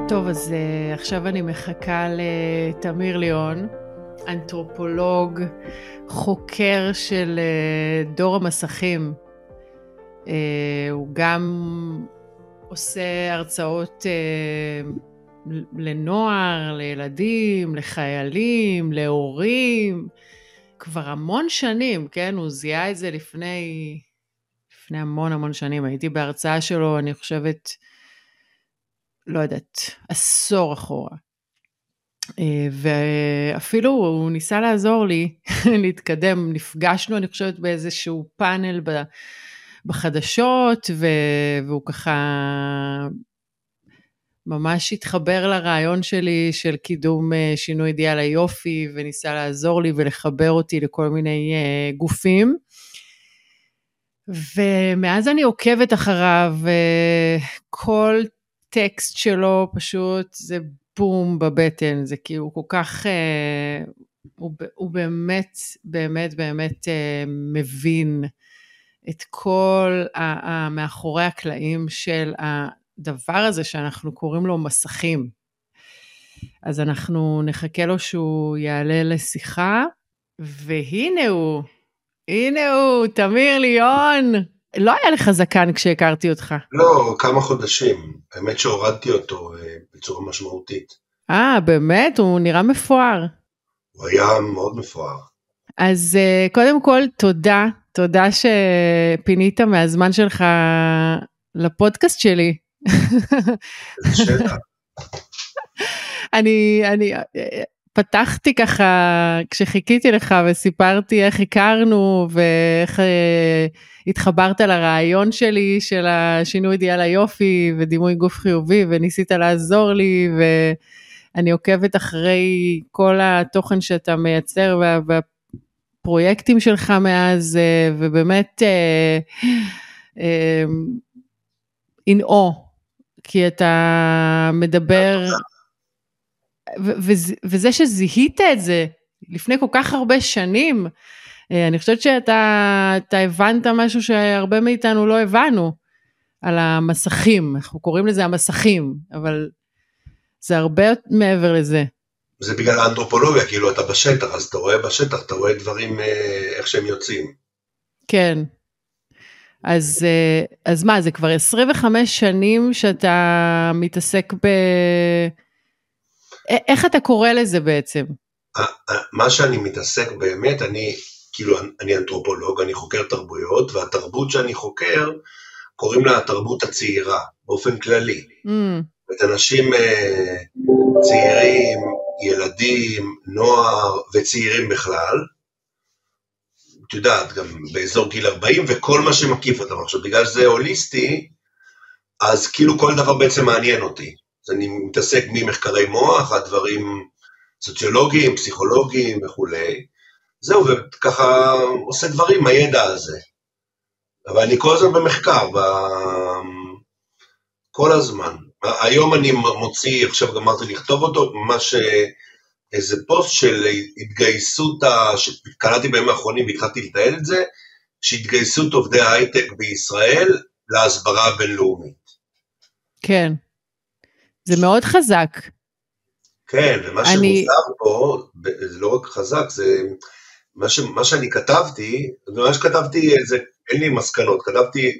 טוב, אז עכשיו אני מחכה לתמיר ליאון, אנתרופולוג, חוקר של דור המסכים. הוא גם עושה הרצאות לנוער, לילדים, לחיילים, להורים, כבר המון שנים, כן? הוא זיהה את זה לפני המון שנים. הייתי בהרצאה שלו, אני חושבת, לא יודעת, עשור אחורה. ואפילו הוא ניסה לעזור לי להתקדם, נפגשנו אני חושבת באיזשהו פאנל בחדשות, והוא ככה ממש התחבר לרעיון שלי של קידום שינוי אידיאל היופי, וניסה לעזור לי ולחבר אותי לכל מיני גופים, ומאז אני עוקבת אחריו, כל טקסט שלו פשוט זה בום בבטן, זה כאילו כל כך, הוא באמת מבין את כל מאחורי הקלעים של הדבר הזה שאנחנו קוראים לו מסכים. אז אנחנו נחכה לו שהוא יעלה לשיחה, והנה הוא, תמיר ליאון. לא היה לך זקן כשהכרתי אותך. לא, כמה חודשים. האמת שהורדתי אותו בצורה משמעותית. באמת? הוא נראה מפואר. הוא היה מאוד מפואר. אז קודם כל, תודה שפינית מהזמן שלך לפודקאסט שלי. איזה שאלה. אני פתחתי ככה, כשחיכיתי לך וסיפרתי איך הכרנו, ואיך התחברת לרעיון שלי, של השינוי אידיאל היופי, ודימוי גוף חיובי, וניסית לעזור לי, ואני עוקבת אחרי כל התוכן שאתה מייצר, והפרויקטים שלך מאז, ובאמת, כי אתה מדבר, וזה שזיהית את זה לפני כל כך הרבה שנים, אני חושבת שאתה הבנת משהו שהרבה מאיתנו לא הבנו, על המסכים, אנחנו קוראים לזה המסכים, אבל זה הרבה מעבר לזה. זה בגלל האנתרופולוגיה, כאילו אתה בשטח, אז אתה רואה בשטח, אתה רואה דברים איך שהם יוצאים. כן. אז מה, זה כבר 25 שנים שאתה מתעסק איך אתה קורא לזה בעצם? מה שאני מתעסק באמת, אני אנתרופולוג, אני חוקר תרבויות, והתרבות שאני חוקר, קוראים לה התרבות הצעירה, באופן כללי. את אנשים צעירים, ילדים, נוער וצעירים בכלל, את יודעת, גם באזור גיל 40, וכל מה שמקיף אותם. עכשיו, בגלל שזה הוליסטי, אז כאילו כל דבר בעצם מעניין אותי. אז אני מתעסק ממחקרי מוח, הדברים סוציולוגיים, פסיכולוגיים וכו'. זהו, וככה עושה דברים מהידע הזה. אבל אני כל הזמן במחקר, כל הזמן. היום אני מוציא, עכשיו גמרתי לכתוב אותו, ממש איזה פוסט של התגייסות, שקראתי בימים האחרונים והתחלתי לתאר את זה, שהתגייסות עובדי ההייטק בישראל להסברה הבינלאומית. כן, זה מאוד חזק. כן, ומה שמוזר פה, זה לא רק חזק, זה מה שאני כתבתי, אין לי מסקנות, כתבתי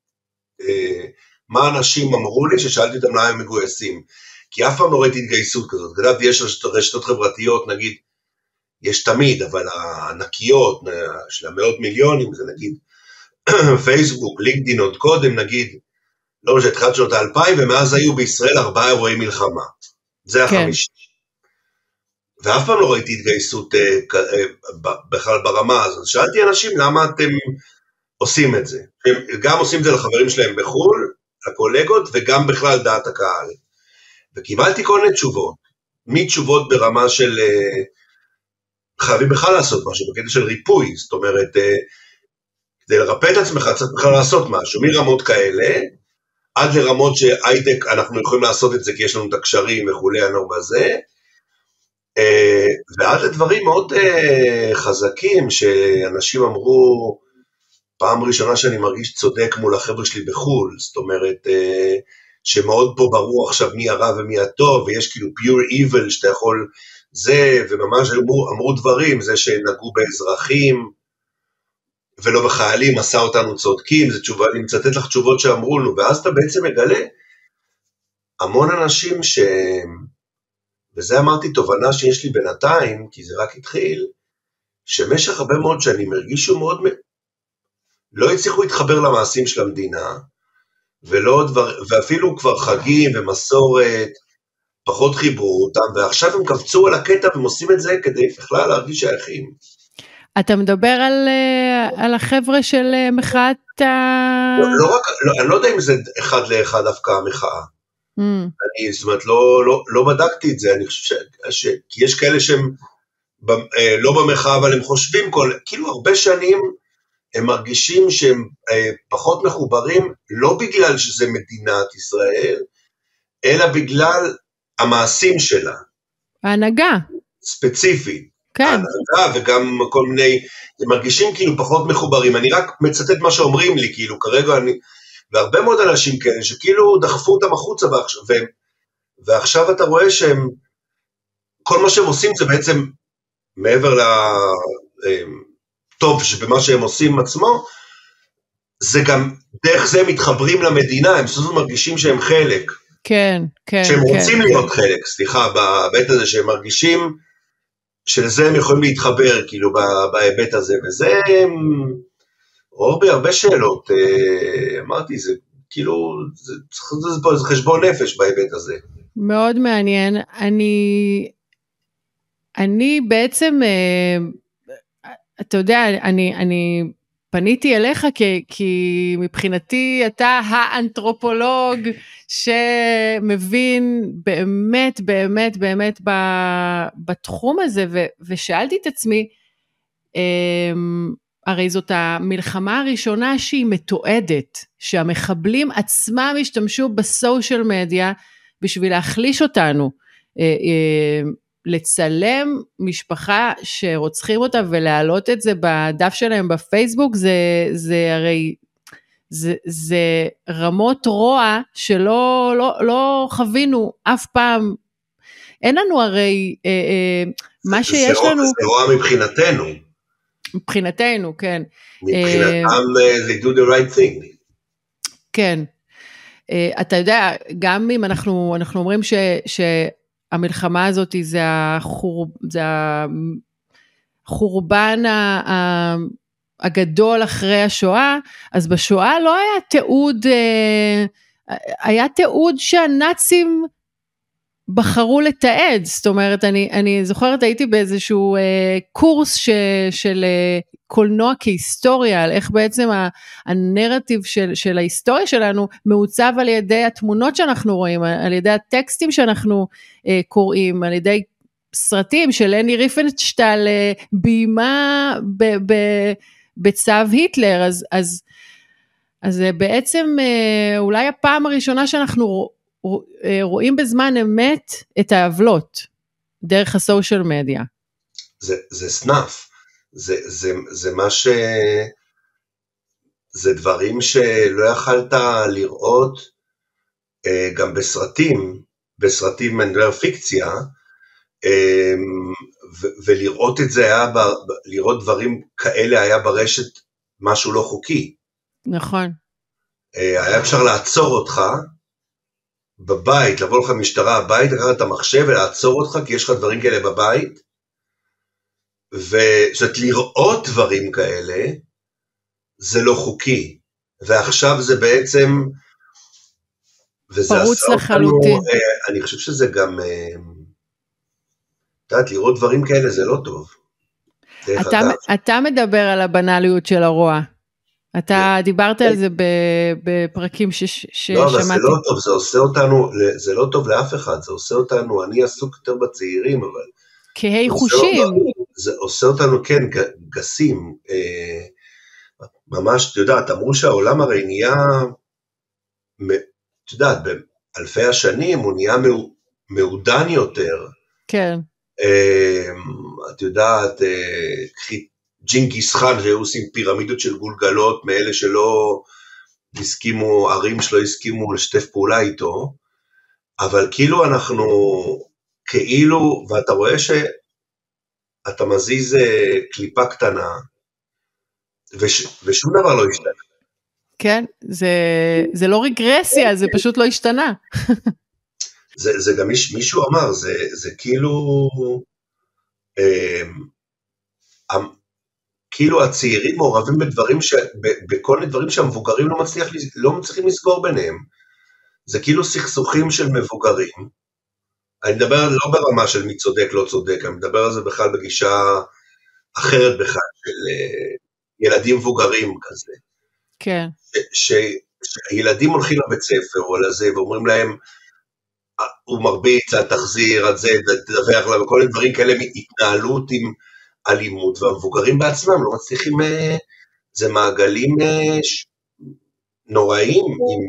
מה אנשים אמרו לי, ששאלתי אותם למה הם מגויסים, כי אף פעם לא ראיתי התגייסות כזאת, כתבתי יש רשתות חברתיות, נגיד, יש תמיד, אבל הענקיות של המאות מיליונים, זה נגיד פייסבוק, לינקדין עוד קודם, נגיד, לא משנה, התחלת שנות ה-2000, ומאז היו בישראל 4 אירועי מלחמה, זה החמישי. ואף פעם לא ראיתי התגייסות בכלל ברמה הזאת, שאלתי אנשים למה אתם עושים את זה, הם גם עושים את זה לחברים שלהם בחול, לקולגות, וגם בכלל דעת הקהל, וקיבלתי כל מיני תשובות, מתשובות ברמה של חייבים בכלל לעשות משהו, בקטע של ריפוי, זאת אומרת, כדי לרפא את עצמך צריך בכלל לעשות משהו, מרמות כאלה, עד לרמות שהייטק אנחנו יכולים לעשות את זה, כי יש לנו את הקשרים וכולי, הנור בזה, ועד לדברים מאוד חזקים, שאנשים אמרו, פעם ראשונה שאני מרגיש צודק מול החבר'ה שלי בחול, זאת אומרת, שמאוד פה ברור עכשיו מי הרע ומי הטוב, ויש כאילו pure evil שאתה יכול, זה, וממש אמרו דברים, זה שנגעו באזרחים, ולא בחיילים, עשה אותנו צודקים, זה תשובה, אני מצטט לך תשובות שאמרו לנו, ואז אתה בעצם מגלה, המון אנשים וזה אמרתי תובנה שיש לי בינתיים, כי זה רק התחיל, שמשך הרבה מאוד שנים הרגישו מאוד, לא הצליחו להתחבר למעשים של המדינה, ואפילו כבר חגים ומסורת, פחות חיברו אותם, ועכשיו הם קפצו על הקטע, והם עושים את זה כדי בכלל להרגיש שייכים. אתה מדבר על החבר'ה של מחאת אני לא יודע אם זה אחד לאחד דווקא המחאה. זאת אומרת, לא בדקתי את זה, אני חושב כי יש כאלה שהם לא במחאה, אבל הם חושבים, כאילו הרבה שנים, הם מרגישים שהם פחות מחוברים, לא בגלל שזה מדינת ישראל, אלא בגלל המעשים שלה. ההנהגה. ספציפית. כן. ההנהגה וגם כל מיני, הם מרגישים כאילו פחות מחוברים, אני רק מצטט מה שאומרים לי, כאילו כרגע והרבה מאוד אנשים כאלה, שכאילו דחפו אותם החוצה, ועכשיו אתה רואה שהם, כל מה שהם עושים זה בעצם, מעבר לטוב שבמה שהם עושים עצמו, זה גם, דרך זה הם מתחברים למדינה, הם סוף מרגישים שהם חלק. כן, כן. שהם רוצים להיות חלק, סליחה, בהיבט הזה, שהם מרגישים, שלזה הם יכולים להתחבר, כאילו, בהיבט הזה, וזה, הרבה שאלות, אמרתי, זה כאילו, זה חשבון נפש בהיבט הזה. מאוד מעניין, אני בעצם, אתה יודע, אני פניתי אליך, כי מבחינתי אתה האנתרופולוג, שמבין באמת, באמת, באמת בתחום הזה, ושאלתי את עצמי, הרי זאת המלחמה הראשונה שהיא מתועדת, שהמחבלים עצמם השתמשו בסושיאל מדיה, בשביל להחליש אותנו, לצלם משפחה שרוצחים אותה, ולהעלות את זה בדף שלהם בפייסבוק, זה הרי, זה רמות רוע, שלא חווינו אף פעם, אין לנו הרי, מה שיש לנו, זה רוע מבחינתנו, מבחינתנו, כן. מבחינתם, they do the right thing. כן. אתה יודע, גם אם אנחנו אומרים שהמלחמה הזאת זה החורבן הגדול אחרי השואה, אז בשואה לא היה תיעוד, היה תיעוד שהנאצים בחרו לתעד, זאת אומרת, אני זוכרת, הייתי באיזשהו קורס של קולנוע כהיסטוריה, על איך בעצם הנרטיב של ההיסטוריה שלנו, מעוצב על ידי התמונות שאנחנו רואים, על ידי הטקסטים שאנחנו קוראים, על ידי סרטים של לני ריפנשטל, בימה בצו היטלר, אז בעצם אולי הפעם הראשונה שאנחנו רואים בזמן אמת את העוולות, דרך הסושיאל מדיה. זה סנף, זה מה זה דברים שלא יכלת לראות, גם בסרטים מנדלר פיקציה, ולראות את זה לראות דברים כאלה היה ברשת משהו לא חוקי. נכון. היה אפשר לעצור אותך, בבית, לבוא לך משטרה הבית, לקחת את המחשב ולעצור אותך, כי יש לך דברים כאלה בבית, וזאת לראות דברים כאלה, זה לא חוקי, ועכשיו זה בעצם, וזה פרוץ לחלוטין. אני חושב שזה גם, לראות דברים כאלה זה לא טוב. אתה מדבר על הבנליות של הרוע, אתה דיברת על זה בפרקים ששמעתי. לא, אבל זה לא טוב, זה עושה אותנו, זה לא טוב לאף אחד, זה עושה אותנו, אני עסוק יותר בצעירים, אבל... כהי חושים. זה עושה אותנו, כן, גסים, ממש, אתה יודעת, אמרו שהעולם הרי נהיה, אתה יודעת, באלפי השנים הוא נהיה מעודן יותר. כן. את יודעת, קחי, ג'ינגיס חאן, שהיו עושים פירמידות של גולגלות, מאלה שלא הסכימו, ערים שלא הסכימו לשתף פעולה איתו, אבל כאילו אנחנו, כאילו, ואתה רואה שאתה מזיז קליפה קטנה, ושום דבר לא השתנה. כן, זה לא רגרסיה, זה פשוט לא השתנה. זה גם מישהו אמר, זה כאילו, כאילו הצעירים מעורבים בדברים, בכל מיני דברים שהמבוגרים לא מצליחים לסגור ביניהם. זה כאילו סכסוכים של מבוגרים. אני מדבר לא ברמה של מי צודק, לא צודק, אני מדבר על זה בכלל בגישה אחרת בכלל, של ילדים מבוגרים כזה. כן. שילדים הולכים לבית ספר או לזה, ואומרים להם, הוא מרביץ, תחזיר, על זה, תדווח לה, וכל מיני דברים כאלה, התנהלות עם אלימות, והמבוגרים בעצמם לא מצליחים, זה מעגלים נוראים,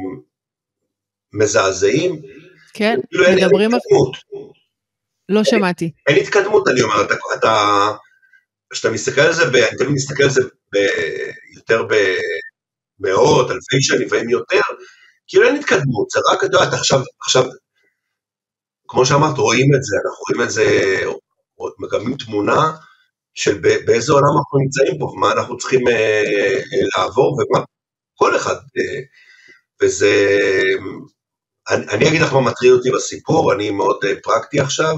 מזעזעים. כן, מדברים על התקדמות. לא שמעתי. אין התקדמות, אני אומר, כשאתה מסתכל על זה, אני תמיד מסתכל על זה יותר במאות, אלפי שנים, לפעמים יותר, כאילו אין התקדמות, זה רק, אתה יודעת, עכשיו, כמו שאמרת, רואים את זה, אנחנו רואים את זה, מגמים תמונה, של באיזה עולם אנחנו נמצאים פה, ומה אנחנו צריכים לעבור, ומה, כל אחד, וזה, אני אגיד לך מה מטריד אותי בסיפור, אני מאוד פרקטי עכשיו,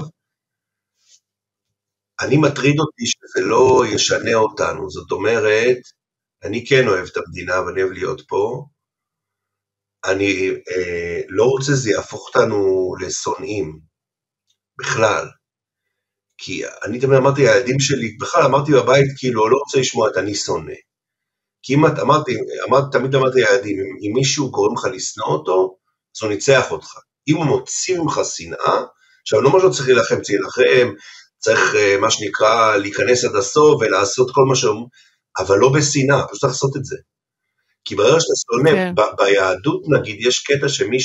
אני מטריד אותי שזה לא ישנה אותנו, זאת אומרת, אני כן אוהב את המדינה, ואני אוהב להיות פה, אני לא רוצה זה יהפוך אותנו לשונאים, בכלל, כי אני תמיד אמרתי, הילדים שלי, בכלל אמרתי בבית, כאילו, לא רוצה לשמוע את אני שונא, כי אם תמיד אמרתי לילדים, אם מישהו גורם לך לשנוא אותו, אז הוא ניצח אותך, אם הוא מוציא ממך שנאה, עכשיו לא משהו צריך להילחם, צריך מה שנקרא, להיכנס עד הסוף, ולעשות כל מה שהוא, אבל לא בשנאה, פשוט לעשות את זה, כי ברגע שאתה שונא, ביהדות נגיד, יש קטע שמי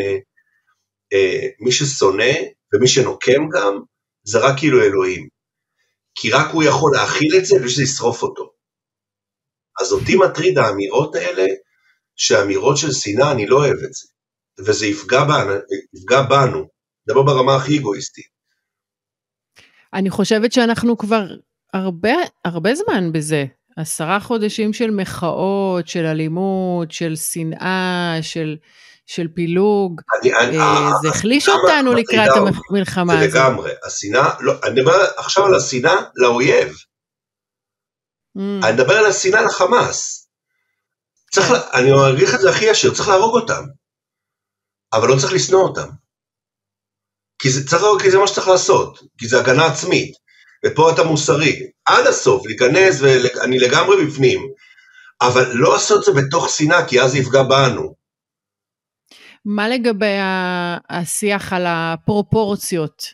ששונא, ומי שנוקם גם, זה רק כאילו אלוהים, כי רק הוא יכול להכיל את זה, ושזה ישרוף אותו. אז אותי מטריד האמירות האלה, שהאמירות של שנאה, אני לא אוהב את זה, וזה יפגע בנו, דבר ברמה הכי אגואיסטית. אני חושבת שאנחנו כבר הרבה זמן בזה, 10 חודשים של מחאות, של אלימות, של שנאה, של פילוג, זה החליש אותנו לקראת המלחמה הזאת. זה לגמרי, השנאה, אני מדבר עכשיו על השנאה לאויב, אני מדבר על השנאה לחמאס, אני אגיד לך את זה הכי ישיר, צריך להרוג אותם, אבל לא צריך לשנוא אותם, כי זה מה שצריך לעשות, כי זה הגנה עצמית, ופה אתה מוסרי, עד הסוף, להיכנס ואני לגמרי בפנים, אבל לא לעשות את זה בתוך שנאה, כי אז זה יפגע בנו. מה לגבי השיח על הפרופורציות?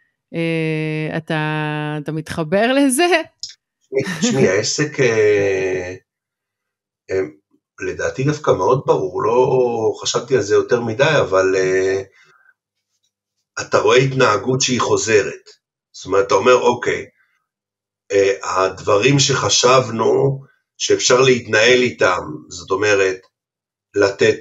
אתה מתחבר לזה? תשמעי, העסק לדעתי דווקא מאוד ברור, לא חשבתי על זה יותר מדי, אבל אתה רואה התנהגות שהיא חוזרת, זאת אומרת, אתה אומר, אוקיי, הדברים שחשבנו שאפשר להתנהל איתם, זאת אומרת, לתת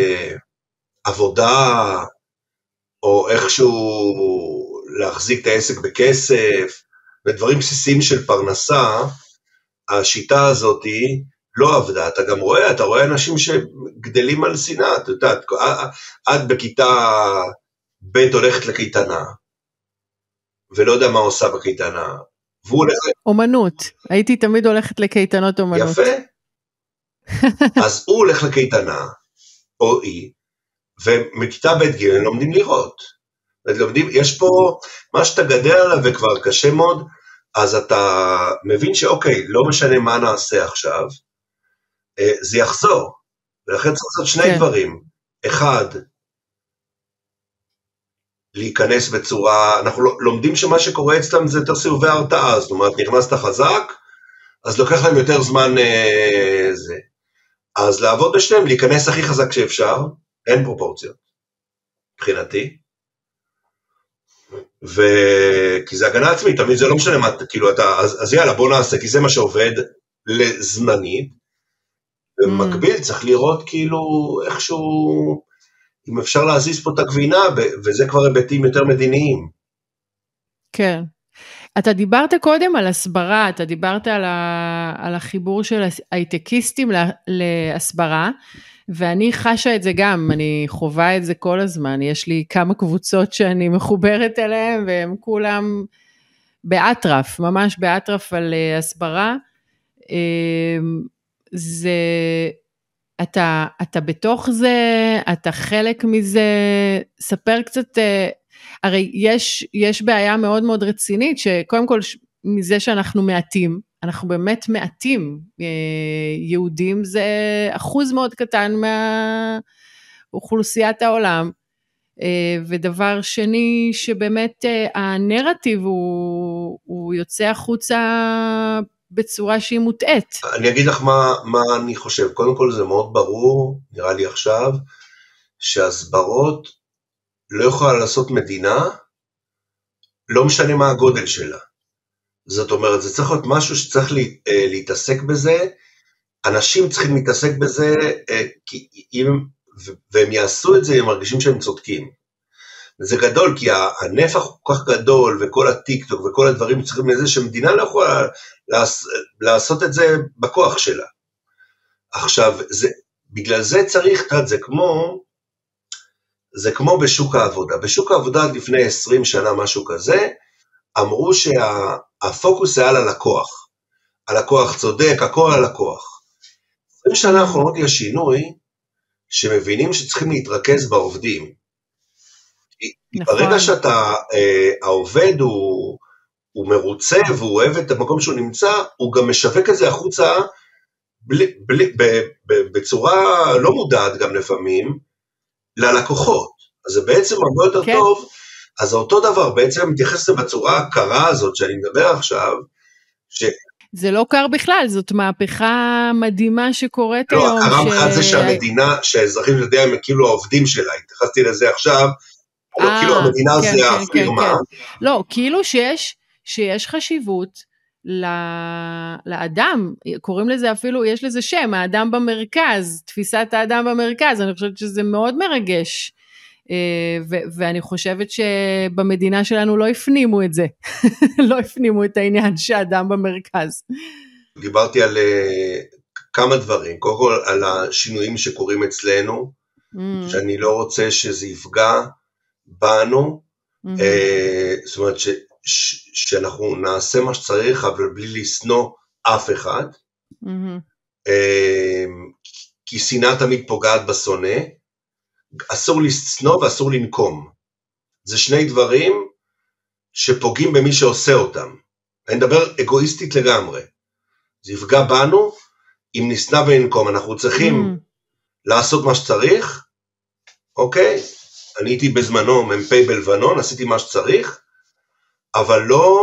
עבודה, או איכשהו להחזיק את העסק בכסף, ודברים בסיסיים של פרנסה, השיטה הזאת לא עבדה, אתה גם רואה, אתה רואה אנשים שגדלים על שנאה, אתה יודע, עד בכיתה ב' הולכת לקייטנה, ולא יודע מה עושה בקייטנה, והוא הולך... אומנות, הייתי תמיד הולכת לקייטנות אומנות. יפה, אז הוא הולך לקייטנה, או היא, ומכיתה ב' ג' לומדים לראות, יש פה, מה שאתה גדל עליו וכבר קשה מאוד, אז אתה מבין שאוקיי, לא משנה מה נעשה עכשיו, זה יחזור, ולכן צריך לעשות שני דברים, אחד, להיכנס בצורה, אנחנו לומדים שמה שקורה אצלם זה יותר סיבובי הרתעה, זאת אומרת, נכנסת חזק, אז לוקח להם יותר זמן זה, אז לעבוד בשניהם, להיכנס הכי חזק שאפשר, אין פרופורציות, מבחינתי, כי זה הגנה עצמית, תמיד זה לא משנה מה, כאילו אתה, אז יאללה בוא נעשה, כי זה מה שעובד לזמנית, במקביל צריך לראות כאילו איכשהו, אם אפשר להזיז פה את הגבינה, וזה כבר היבטים יותר מדיניים. כן. אתה דיברת קודם על הסברה, אתה דיברת על החיבור של הייטקיסטים להסברה, ואני חשה את זה גם, אני חווה את זה כל הזמן, יש לי כמה קבוצות שאני מחוברת אליהן, והם כולם באטרף, ממש באטרף על הסברה, זה, אתה בתוך זה, אתה חלק מזה, ספר קצת, הרי יש בעיה מאוד מאוד רצינית, שקודם כל מזה שאנחנו מעטים, אנחנו באמת מעטים, יהודים זה אחוז מאוד קטן מהאוכלוסיית העולם, ודבר שני שבאמת הנרטיב הוא יוצא החוצה בצורה שהיא מוטעת. אני אגיד לך מה אני חושב, קודם כל זה מאוד ברור, נראה לי עכשיו, שהסברות לא יכולה לעשות מדינה, לא משנה מה הגודל שלה. זאת אומרת, זה צריך להיות משהו שצריך להתעסק בזה, אנשים צריכים להתעסק בזה, והם יעשו את זה, הם מרגישים שהם צודקים. זה גדול, כי הנפח הוא כל כך גדול, וכל הטיק-טוק וכל הדברים צריכים לזה, שמדינה לא יכולה לעשות את זה בכוח שלה. עכשיו, בגלל זה צריך, זה כמו בשוק העבודה. בשוק העבודה לפני 20 שנה, משהו כזה, אמרו שהפוקוס היה על הלקוח. הלקוח צודק, הכל על הלקוח. 20 שנה האחרונות יש שינוי, שמבינים שצריכים להתרכז בעובדים. נכון. ברגע שאתה, העובד הוא מרוצה, והוא אוהב את המקום שהוא נמצא, הוא גם משווק את זה החוצה, בצורה לא מודעת גם לפעמים, ללקוחות. אז זה בעצם הרבה יותר כן. טוב, אז אותו דבר בעצם מתייחס בצורה הקרה הזאת, שאני מדבר עכשיו, זה לא קר בכלל, זאת מהפכה מדהימה שקורית היום. לא, הקרה בכלל זה שהמדינה, שהאזרחים יודעים הם כאילו העובדים שלה, התייחסתי לזה עכשיו, כאילו המדינה כן, זה כן, הפירמה. כן, כן. לא, כאילו שיש חשיבות לאדם, קוראים לזה אפילו, יש לזה שם, האדם במרכז, תפיסת האדם במרכז, אני חושבת שזה מאוד מרגש, ואני חושבת שבמדינה שלנו לא הפנימו את זה, לא הפנימו את העניין שהאדם במרכז. דיברתי על כמה דברים, קודם כל על השינויים שקורים אצלנו, שאני לא רוצה שזה יפגע בנו, זאת אומרת שאנחנו נעשה מה שצריך, אבל בלי לסנוע אף אחד, כי שנאה תמיד פוגעת בשונא, אסור לסנוע ואסור לנקום. זה שני דברים שפוגעים במי שעושה אותם. אני מדבר אגואיסטית לגמרי. זה יפגע בנו, אם נסנע וננקום, אנחנו צריכים לעשות מה שצריך, אוקיי? אני הייתי בזמנו מ"פ בלבנון, עשיתי מה שצריך, אבל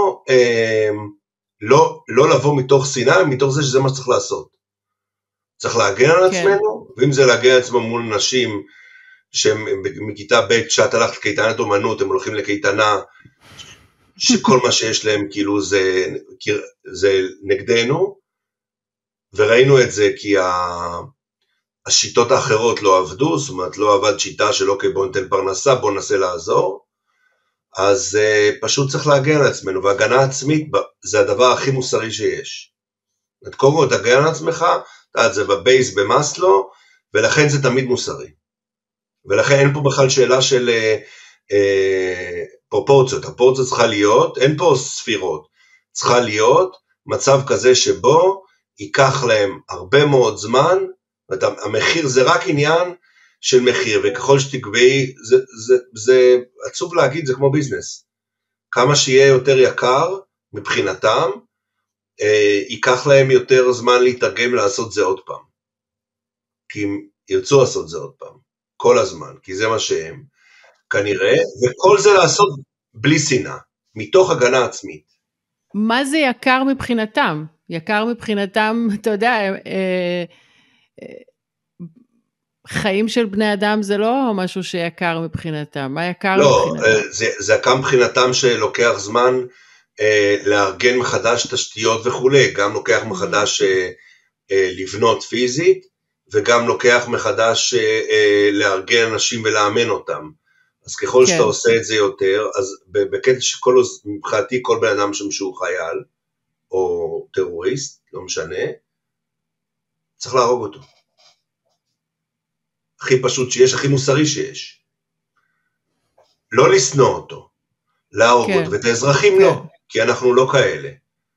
לא לבוא מתוך שנאה, מתוך זה שזה מה שצריך לעשות. צריך להגן על עצמנו, ואם זה להגן על עצמנו מול נשים, שהם מכיתה ב' שאת הלכת לקייטנת אומנות, הם הולכים לקייטנה, שכל מה שיש להם כאילו זה נגדנו, וראינו את זה כי השיטות האחרות לא עבדו, זאת אומרת לא עבד שיטה שלא בוא ניתן פרנסה, בוא ננסה לעזור, אז פשוט צריך להגן על עצמנו, והגנה עצמית זה הדבר הכי מוסרי שיש. את קודם כל תגן על עצמך, זה בבייס במסלו, ולכן זה תמיד מוסרי. ולכן אין פה בכלל שאלה של פרופורציות, הפרופורציה צריכה להיות, אין פה ספירות, צריכה להיות מצב כזה שבו ייקח להם הרבה מאוד זמן, המחיר זה רק עניין של מחיר, וככל שתקבעי, זה עצוב להגיד, זה כמו ביזנס, כמה שיהיה יותר יקר מבחינתם, ייקח להם יותר זמן להתרגם לעשות זה עוד פעם, כי הם ירצו לעשות זה עוד פעם, כל הזמן, כי זה מה שהם כנראה, וכל זה לעשות בלי שנאה, מתוך הגנה עצמית. מה זה יקר מבחינתם? יקר מבחינתם, אתה יודע, חיים של בני אדם זה לא משהו שיקר מבחינתם, מה יקר מבחינתם? לא, זה יקר מבחינתם שלוקח זמן לארגן מחדש תשתיות וכו', גם לוקח מחדש לבנות פיזית, וגם לוקח מחדש לארגן אנשים ולאמן אותם. אז ככל שאתה עושה את זה יותר, אז בקטע מבחינתי כל בן אדם שהוא חייל, או טרוריסט, לא משנה, צריך להרוג אותו. הכי פשוט שיש, הכי מוסרי שיש. לא לשנוא אותו, להרוג אותו, ואת האזרחים לא, כי אנחנו לא כאלה.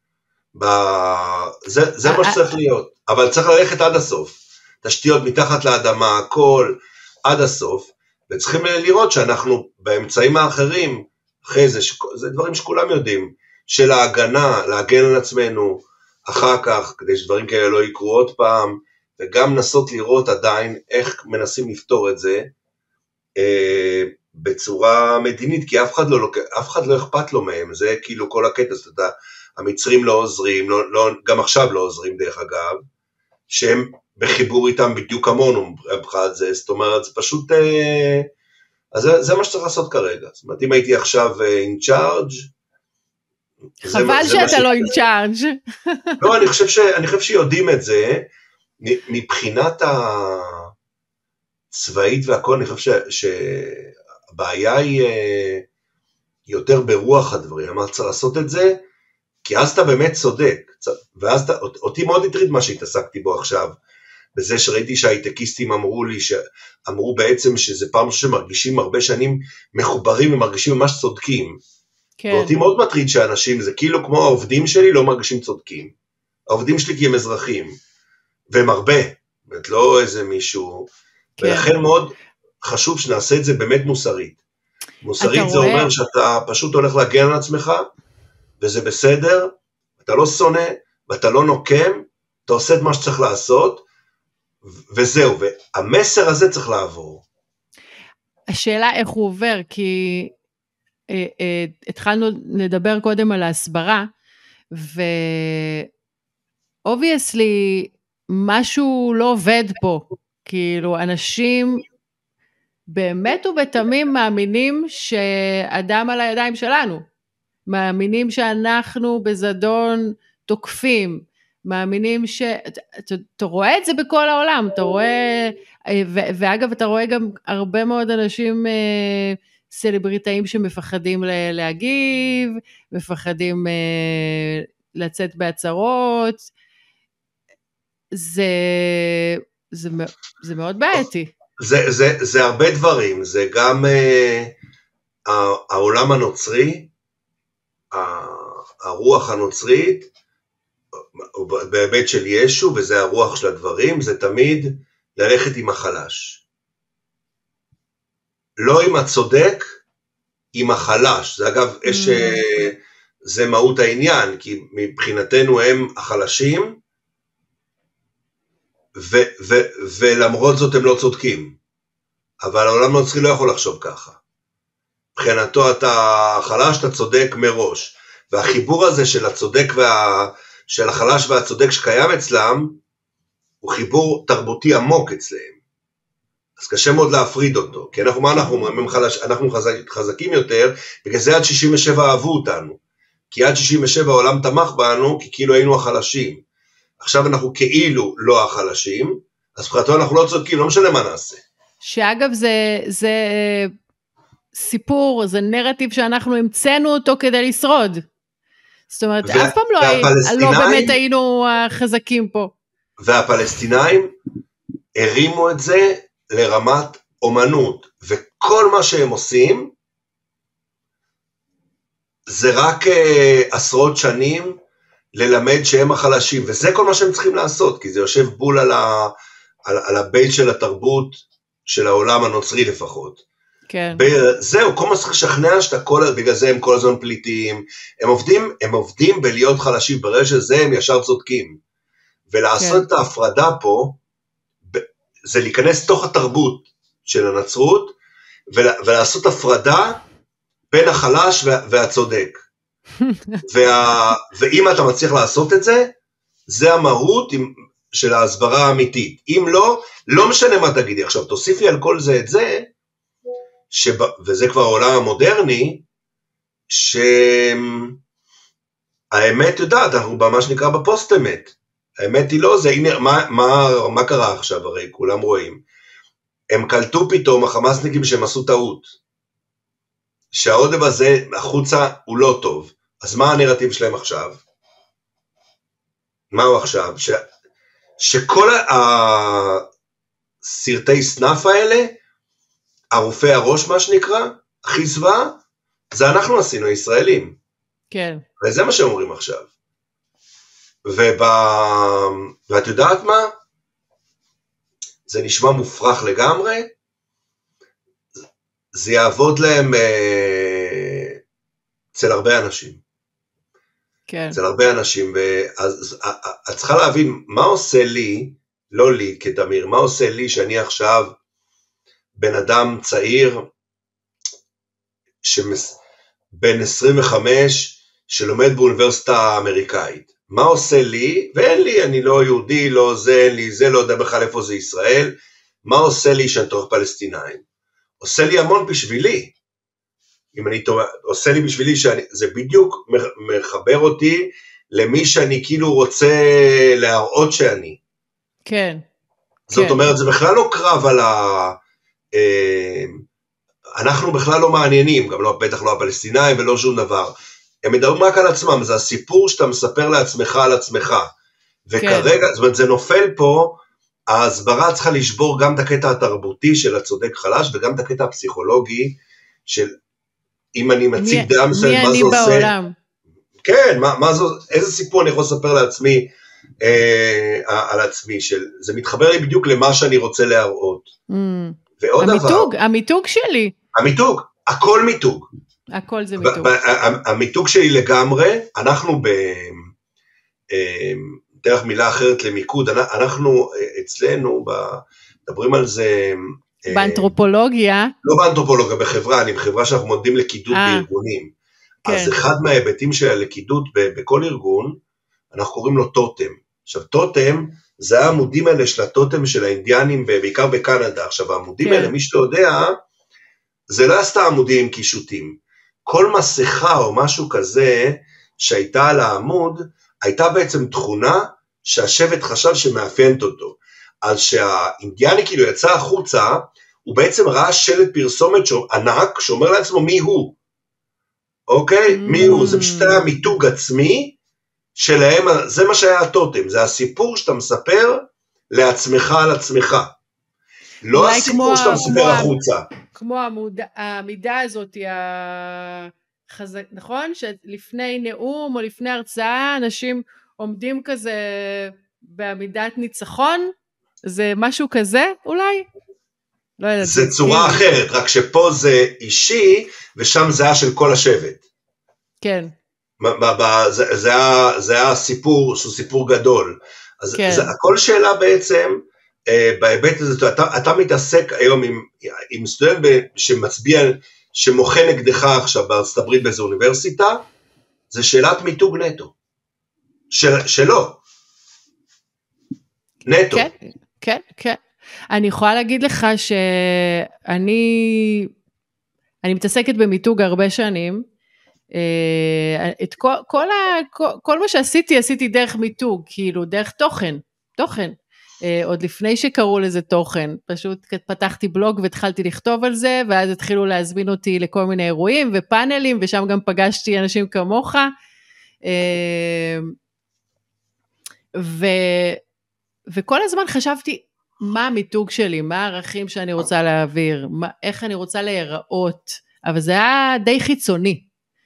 זה מה שצריך להיות, אבל צריך ללכת עד הסוף. תשתיות מתחת לאדמה, הכל עד הסוף, וצריכים לראות שאנחנו באמצעים האחרים, אחרי זה, זה דברים שכולם יודעים, של ההגנה, להגן על עצמנו, אחר כך, כדי שדברים כאלה לא יקרו עוד פעם, וגם נסות לראות עדיין איך מנסים לפתור את זה, בצורה מדינית, כי אף אחד לא אכפת לו מהם, זה כאילו כל הקטע, המצרים לא עוזרים, גם עכשיו לא עוזרים דרך אגב, שהם בחיבור איתם בדיוק כמונו, זאת אומרת, זה פשוט, אז זה מה שצריך לעשות כרגע, זאת אומרת, אם הייתי עכשיו in charge, חבל שאתה לא in charge. לא, אני חושב שיודעים את זה, מבחינת הצבאית והכל, אני חושב שהבעיה היא יותר ברוח הדברים, אמרת צריך לעשות את זה, כי אז אתה באמת צודק, ואז אותי מאוד הטריד מה שהתעסקתי בו עכשיו, בזה שראיתי שההייטקיסטים אמרו בעצם שזה פעם שמרגישים הרבה שנים מחוברים ומרגישים ממש צודקים, כן. ואותי מאוד מטריד שאנשים, זה כאילו כמו העובדים שלי לא מרגישים צודקים, העובדים שלי כי הם אזרחים, והם הרבה, באמת לא איזה מישהו, כן. ולכן מאוד חשוב שנעשה את זה באמת מוסרית, מוסרית זה אומר שאתה פשוט הולך להגן על עצמך, וזה בסדר, אתה לא שונא, ואתה לא נוקם, אתה עושה את מה שצריך לעשות, וזהו, והמסר הזה צריך לעבור. השאלה איך הוא עובר, כי התחלנו לדבר קודם על ההסברה, ו-obviously, משהו לא עובד פה, כאילו אנשים באמת ובתמים מאמינים שאדם על הידיים שלנו, מאמינים שאנחנו בזדון תוקפים, מאמינים אתה רואה את זה בכל העולם, אתה רואה, ואגב אתה רואה גם הרבה מאוד אנשים סלבריטאים שמפחדים להגיב, מפחדים לצאת בהצהרות, זה מאוד בעייתי. זה הרבה דברים, זה גם העולם הנוצרי, הרוח הנוצרית, בהיבט של ישו, וזה הרוח של הדברים, זה תמיד ללכת עם החלש. לא עם הצודק, עם החלש. זה אגב, זה מהות העניין, כי מבחינתנו הם החלשים, ולמרות זאת הם לא צודקים. אבל העולם הנוצרי לא יכול לחשוב ככה. מבחינתו אתה חלש, אתה צודק מראש. והחיבור הזה של הצודק של החלש והצודק שקיים אצלם, הוא חיבור תרבותי עמוק אצלם. אז קשה מאוד להפריד אותו, כי אנחנו אומרים, אנחנו חזקים יותר, בגלל זה עד 67 אהבו אותנו, כי עד 67 העולם תמך בנו, כי כאילו היינו החלשים. עכשיו אנחנו כאילו לא החלשים, אז מבחינתו אנחנו לא צודקים, לא משנה מה נעשה. שאגב זה סיפור, זה נרטיב שאנחנו המצאנו אותו כדי לשרוד. זאת אומרת, אף פעם לא באמת היינו חזקים פה. והפלסטינאים הרימו את זה לרמת אומנות, וכל מה שהם עושים, זה רק עשרות שנים ללמד שהם החלשים, וזה כל מה שהם צריכים לעשות, כי זה יושב בול על הבית של התרבות, של העולם הנוצרי לפחות. כן. זהו, כל מה צריך לשכנע שאתה בגלל זה הם כל הזמן פליטים, הם עובדים בלהיות חלשים, ברגע שזה הם ישר צודקים, ולעשות את ההפרדה פה, זה להיכנס תוך התרבות של הנצרות, ולעשות הפרדה בין החלש והצודק, ואם אתה מצליח לעשות את זה, זה המהות של ההסברה האמיתית, אם לא, לא משנה מה תגידי, עכשיו תוסיפי על כל זה את זה, וזה כבר העולם המודרני, שהאמת יודעת, אנחנו ממש נקרא בפוסט אמת, האמת היא לא זה, הנה, מה קרה עכשיו, הרי כולם רואים, הם קלטו פתאום, החמאסניקים שהם עשו טעות, שהעודף הזה, החוצה, הוא לא טוב, אז מה הנרטיב שלהם עכשיו? מה הוא עכשיו? שכל הסרטי סנאפ האלה, הרופא הראש מה שנקרא, הכי זווה, זה אנחנו עשינו, ישראלים. כן. וזה מה שהם אומרים עכשיו. ואת יודעת מה? זה נשמע מופרך לגמרי, זה יעבוד להם אצל הרבה אנשים. כן. אצל הרבה אנשים, אז את צריכה להבין, מה עושה לי, לא לי כתמיר, מה עושה לי שאני עכשיו בן אדם צעיר, בן 25, שלומד באוניברסיטה האמריקאית. מה עושה לי? ואין לי, אני לא יהודי, לא זה, אין לי, זה לא יודע בכלל איפה זה ישראל. מה עושה לי שאני תורך פלסטינאים? עושה לי המון בשבילי. אם אני עושה לי בשבילי, זה בדיוק מחבר אותי למי שאני כאילו רוצה להראות שאני. כן. זאת אומרת, זה בכלל לא קרב על אנחנו בכלל לא מעניינים, גם לא, בטח לא הפלסטינאים ולא שום דבר. הם מדברים רק על עצמם, זה הסיפור שאתה מספר לעצמך על עצמך. וכרגע, זאת אומרת, זה נופל פה, ההסברה צריכה לשבור גם את הקטע התרבותי של הצודק חלש, וגם את הקטע הפסיכולוגי של, אם אני מציג דעה מסוימת, מה זה עושה? מי אני בעולם? כן, איזה סיפור אני יכול לספר לעצמי, על עצמי, זה מתחבר לי בדיוק למה שאני רוצה להראות. ועוד דבר. המיתוג שלי. המיתוג, הכל מיתוג. הכל זה מיתוג. המיתוג שלי לגמרי, אנחנו דרך מילה אחרת למיקוד, אנחנו אצלנו, מדברים על זה, באנתרופולוגיה. לא באנתרופולוגיה, בחברה, אני בחברה שאנחנו מודדים לקידוד בארגונים. אז אחד מההיבטים של הלקידות בכל ארגון, אנחנו קוראים לו טוטם. עכשיו, טוטם, זה העמודים האלה של הטוטם של האינדיאנים, בעיקר בקנדה. עכשיו, העמודים האלה, מי שלא יודע, זה לא סתם עמודים עם קישוטים. כל מסכה או משהו כזה, שהייתה על העמוד, הייתה בעצם תכונה, שהשבט חשב שמאפיינת אותו. אז שהאינדיאני כאילו יצא החוצה, הוא בעצם ראה שלט פרסומת ענק, שאומר לעצמו מי הוא. אוקיי? מי הוא? זה פשוט היה מיתוג עצמי, שלהם, זה מה שהיה הטוטם, זה הסיפור שאתה מספר לעצמך על עצמך. לא הסיפור שאתה מספר החוצה. כמו העמידה הזאת, נכון? שלפני נאום או לפני הרצאה, אנשים עומדים כזה בעמידת ניצחון, זה משהו כזה אולי? לא יודעת. זה צורה אחרת, רק שפה זה אישי, ושם זה היה של כל השבט. כן. זה היה סיפור, שהוא סיפור גדול. אז הכל שאלה בעצם, בהיבט הזה, אתה מתעסק היום עם סטודנט שמצביע, שמוחה נגדך עכשיו בארצות הברית באיזו אוניברסיטה, זה שאלת מיתוג נטו. שלא. נטו. כן, כן, כן. אני יכולה להגיד לך שאני מתעסקת במיתוג הרבה שנים, את כל מה שעשיתי דרך מיתוג, כאילו דרך תוכן, עוד לפני שקראו לזה תוכן, פשוט פתחתי בלוג והתחלתי לכתוב על זה, ואז התחילו להזמין אותי לכל מיני אירועים ופאנלים, ושם גם פגשתי אנשים כמוך, וכל הזמן חשבתי, מה המיתוג שלי, מה הערכים שאני רוצה להעביר, איך אני רוצה להיראות, אבל זה היה די חיצוני,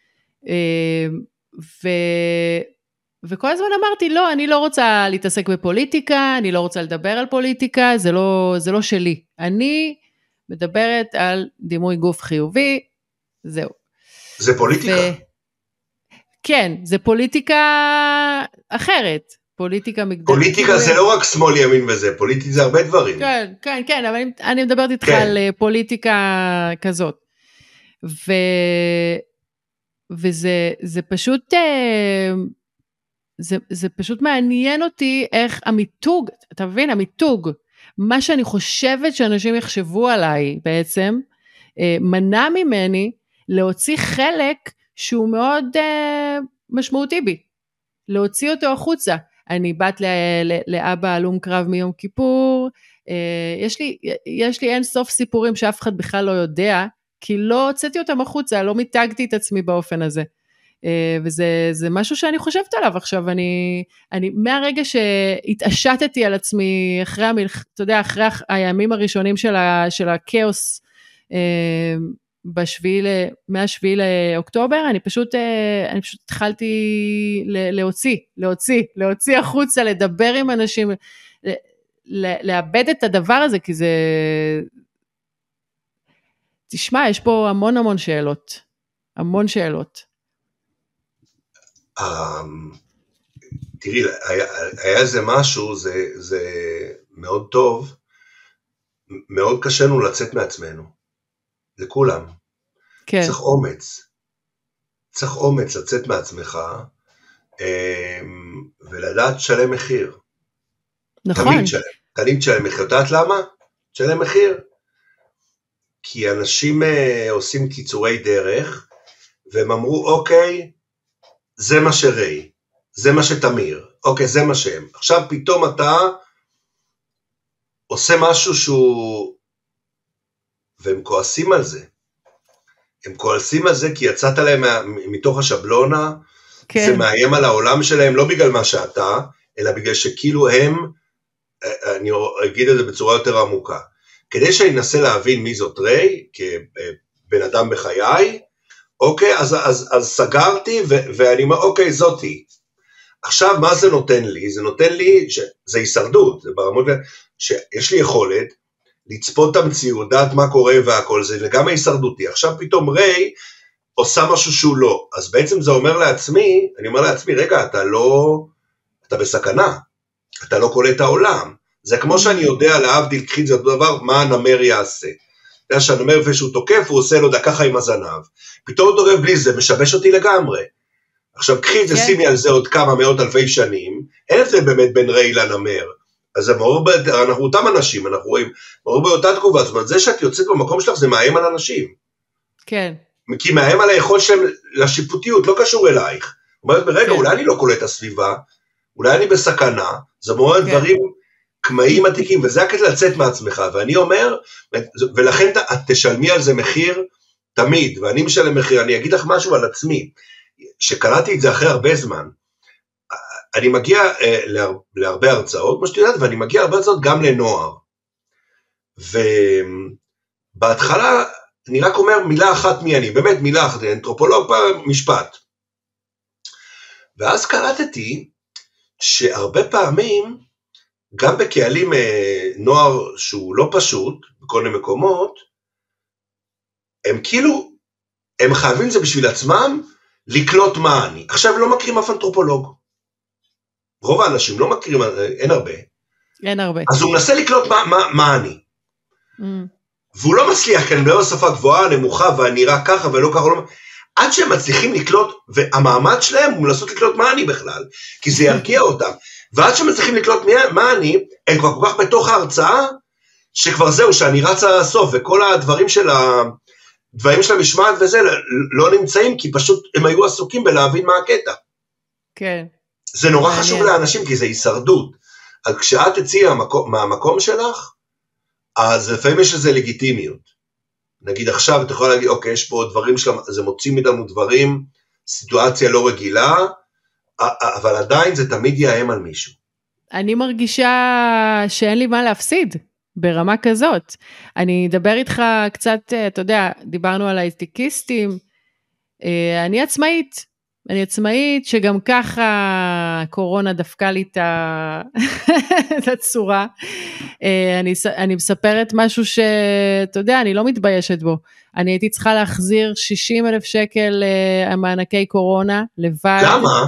וכל הזמן אמרתי, לא, אני לא רוצה להתעסק בפוליטיקה, אני לא רוצה לדבר על פוליטיקה, זה לא שלי, אני מדברת על דימוי גוף חיובי, זהו. זה פוליטיקה? כן, זה פוליטיקה אחרת, פוליטיקה מגדרית. פוליטיקה זה לא רק שמאל ימין וזה, פוליטיקה זה הרבה דברים. כן, כן, כן, אבל אני מדברת איתך על פוליטיקה כזאת. וזה פשוט, זה פשוט מעניין אותי איך המיתוג, אתה מבין, המיתוג, מה שאני חושבת שאנשים יחשבו עליי בעצם, מנע ממני להוציא חלק שהוא מאוד משמעותי בי. להוציא אותו החוצה. אני בת לאבא הלום קרב מיום כיפור, יש לי אין סוף סיפורים שאף אחד בכלל לא יודע, כי לא הוצאתי אותם החוצה, לא מיתגתי את עצמי באופן הזה. וזה משהו שאני חושבת עליו עכשיו, אני מהרגע שהתעשתתי על עצמי, אתה יודע, אחרי הימים הראשונים של הכאוס, מהשביעי לאוקטובר, אני פשוט התחלתי להוציא החוצה, לדבר עם אנשים, לאבד את הדבר הזה, כי זה, תשמע, יש פה המון שאלות, המון שאלות. תראי, היה איזה משהו, זה מאוד טוב, מאוד קשה לנו לצאת מעצמנו, לכולם. כן. צריך אומץ לצאת מעצמך, ולדעת שלם מחיר. נכון. תמיד שלם מחיר. יודעת למה? שלם מחיר. כי אנשים עושים קיצורי דרך, והם אמרו, אוקיי, זה מה שראי, זה מה שתמיר, אוקיי, זה מה שהם. עכשיו פתאום אתה עושה משהו שהוא, והם כועסים על זה. הם כועסים על זה כי יצאת להם מתוך השבלונה, כן. זה מאיים על העולם שלהם, לא בגלל מה שאתה, אלא בגלל שכאילו הם, אני אגיד את זה בצורה יותר עמוקה, כדי שאני אנסה להבין מי זאת ריי, כבן אדם בחיי, אוקיי, אז סגרתי, ואני אומר, אוקיי, זאתי. עכשיו, מה זה נותן לי? זה נותן לי, זה הישרדות, זה ברמות, שיש לי יכולת, לצפות את המציאות, דעת מה קורה והכל, זה לגמרי הישרדותי. עכשיו פתאום ריי עושה משהו שהוא לא. אז בעצם זה אומר לעצמי, אני אומר לעצמי, רגע, אתה בסכנה, אתה לא קולט את העולם. זה כמו שאני יודע, להבדיל, קחי את זה דבר, מה הנמר יעשה. אתה יודע שהנמר לפני שהוא תוקף, הוא עושה לו ככה עם הזנב. פתאום הוא תוקף בלי זה, משבש אותי לגמרי. עכשיו קחי ושימי על זה עוד כמה מאות אלפי שנים, אין זה באמת בין ריי לנמר. אז אנחנו אותם אנשים, אנחנו רואים, ברור באותה תגובה, זאת אומרת, זה שאת יוצאת במקום שלך, זה מאיים על אנשים. כן. כי מאיים על היכול שלהם לשיפוטיות, לא קשור אלייך. אומרת, ברגע, אולי אני לא קולט את הסביבה, אולי אני בסכנה, זה אומר דברים כמאים עתיקים, וזה הקטע לצאת מעצמך, ואני אומר, ולכן את תשלמי על זה מחיר תמיד, ואני משלם מחיר, אני אגיד לך משהו על עצמי, שקראתי את זה אחרי הרבה זמן, אני מגיע להרבה הרצאות, כמו שאת יודעת, ואני מגיע להרבה הרצאות גם לנוער, ובהתחלה אני רק אומר מילה אחת מי אני, באמת מילה אחת, אנתרופולוג משפט, ואז קראתי שהרבה פעמים, גם בקהלים נוער שהוא לא פשוט, בכל מיני מקומות, הם כאילו, הם חייבים זה בשביל עצמם, לקלוט מה אני. עכשיו לא מכירים אף אנתרופולוג. רוב האנשים לא מכירים, אין הרבה. אין הרבה. אז הוא מנסה לקלוט מה אני. והוא לא מצליח, כי אני מדבר בשפה גבוהה, נמוכה, ואני נראה ככה ולא ככה, עד שהם מצליחים לקלוט, והמעמד שלהם הוא מנסות לקלוט מה אני בכלל, כי זה ירגיע אותם. ועד שהם מצליחים לקלוט מה אני, הם כבר כל כך בתוך ההרצאה, שכבר זהו, שאני רצה לסוף, וכל הדברים של המשמעת וזה, לא נמצאים, כי פשוט הם היו עסוקים בלהבין מה הקטע. כן. זה נורא חשוב לאנשים, כי זה הישרדות. אז כשאת תציעי מהמקום שלך, אז לפעמים יש לזה לגיטימיות. נגיד עכשיו, אתה יכול להגיד, אוקיי, יש פה דברים זה מוצאים מאיתנו דברים, סיטואציה לא רגילה, אבל עדיין זה תמיד יאיים על מישהו. אני מרגישה שאין לי מה להפסיד, ברמה כזאת. אני אדבר איתך קצת, אתה יודע, דיברנו על ההייטקיסטים, אני עצמאית שגם ככה קורונה דפקה לי את הצורה. אני מספרת משהו שאתה יודע, אני לא מתביישת בו. אני הייתי צריכה להחזיר 60,000 שקל מענקי קורונה לבד. למה?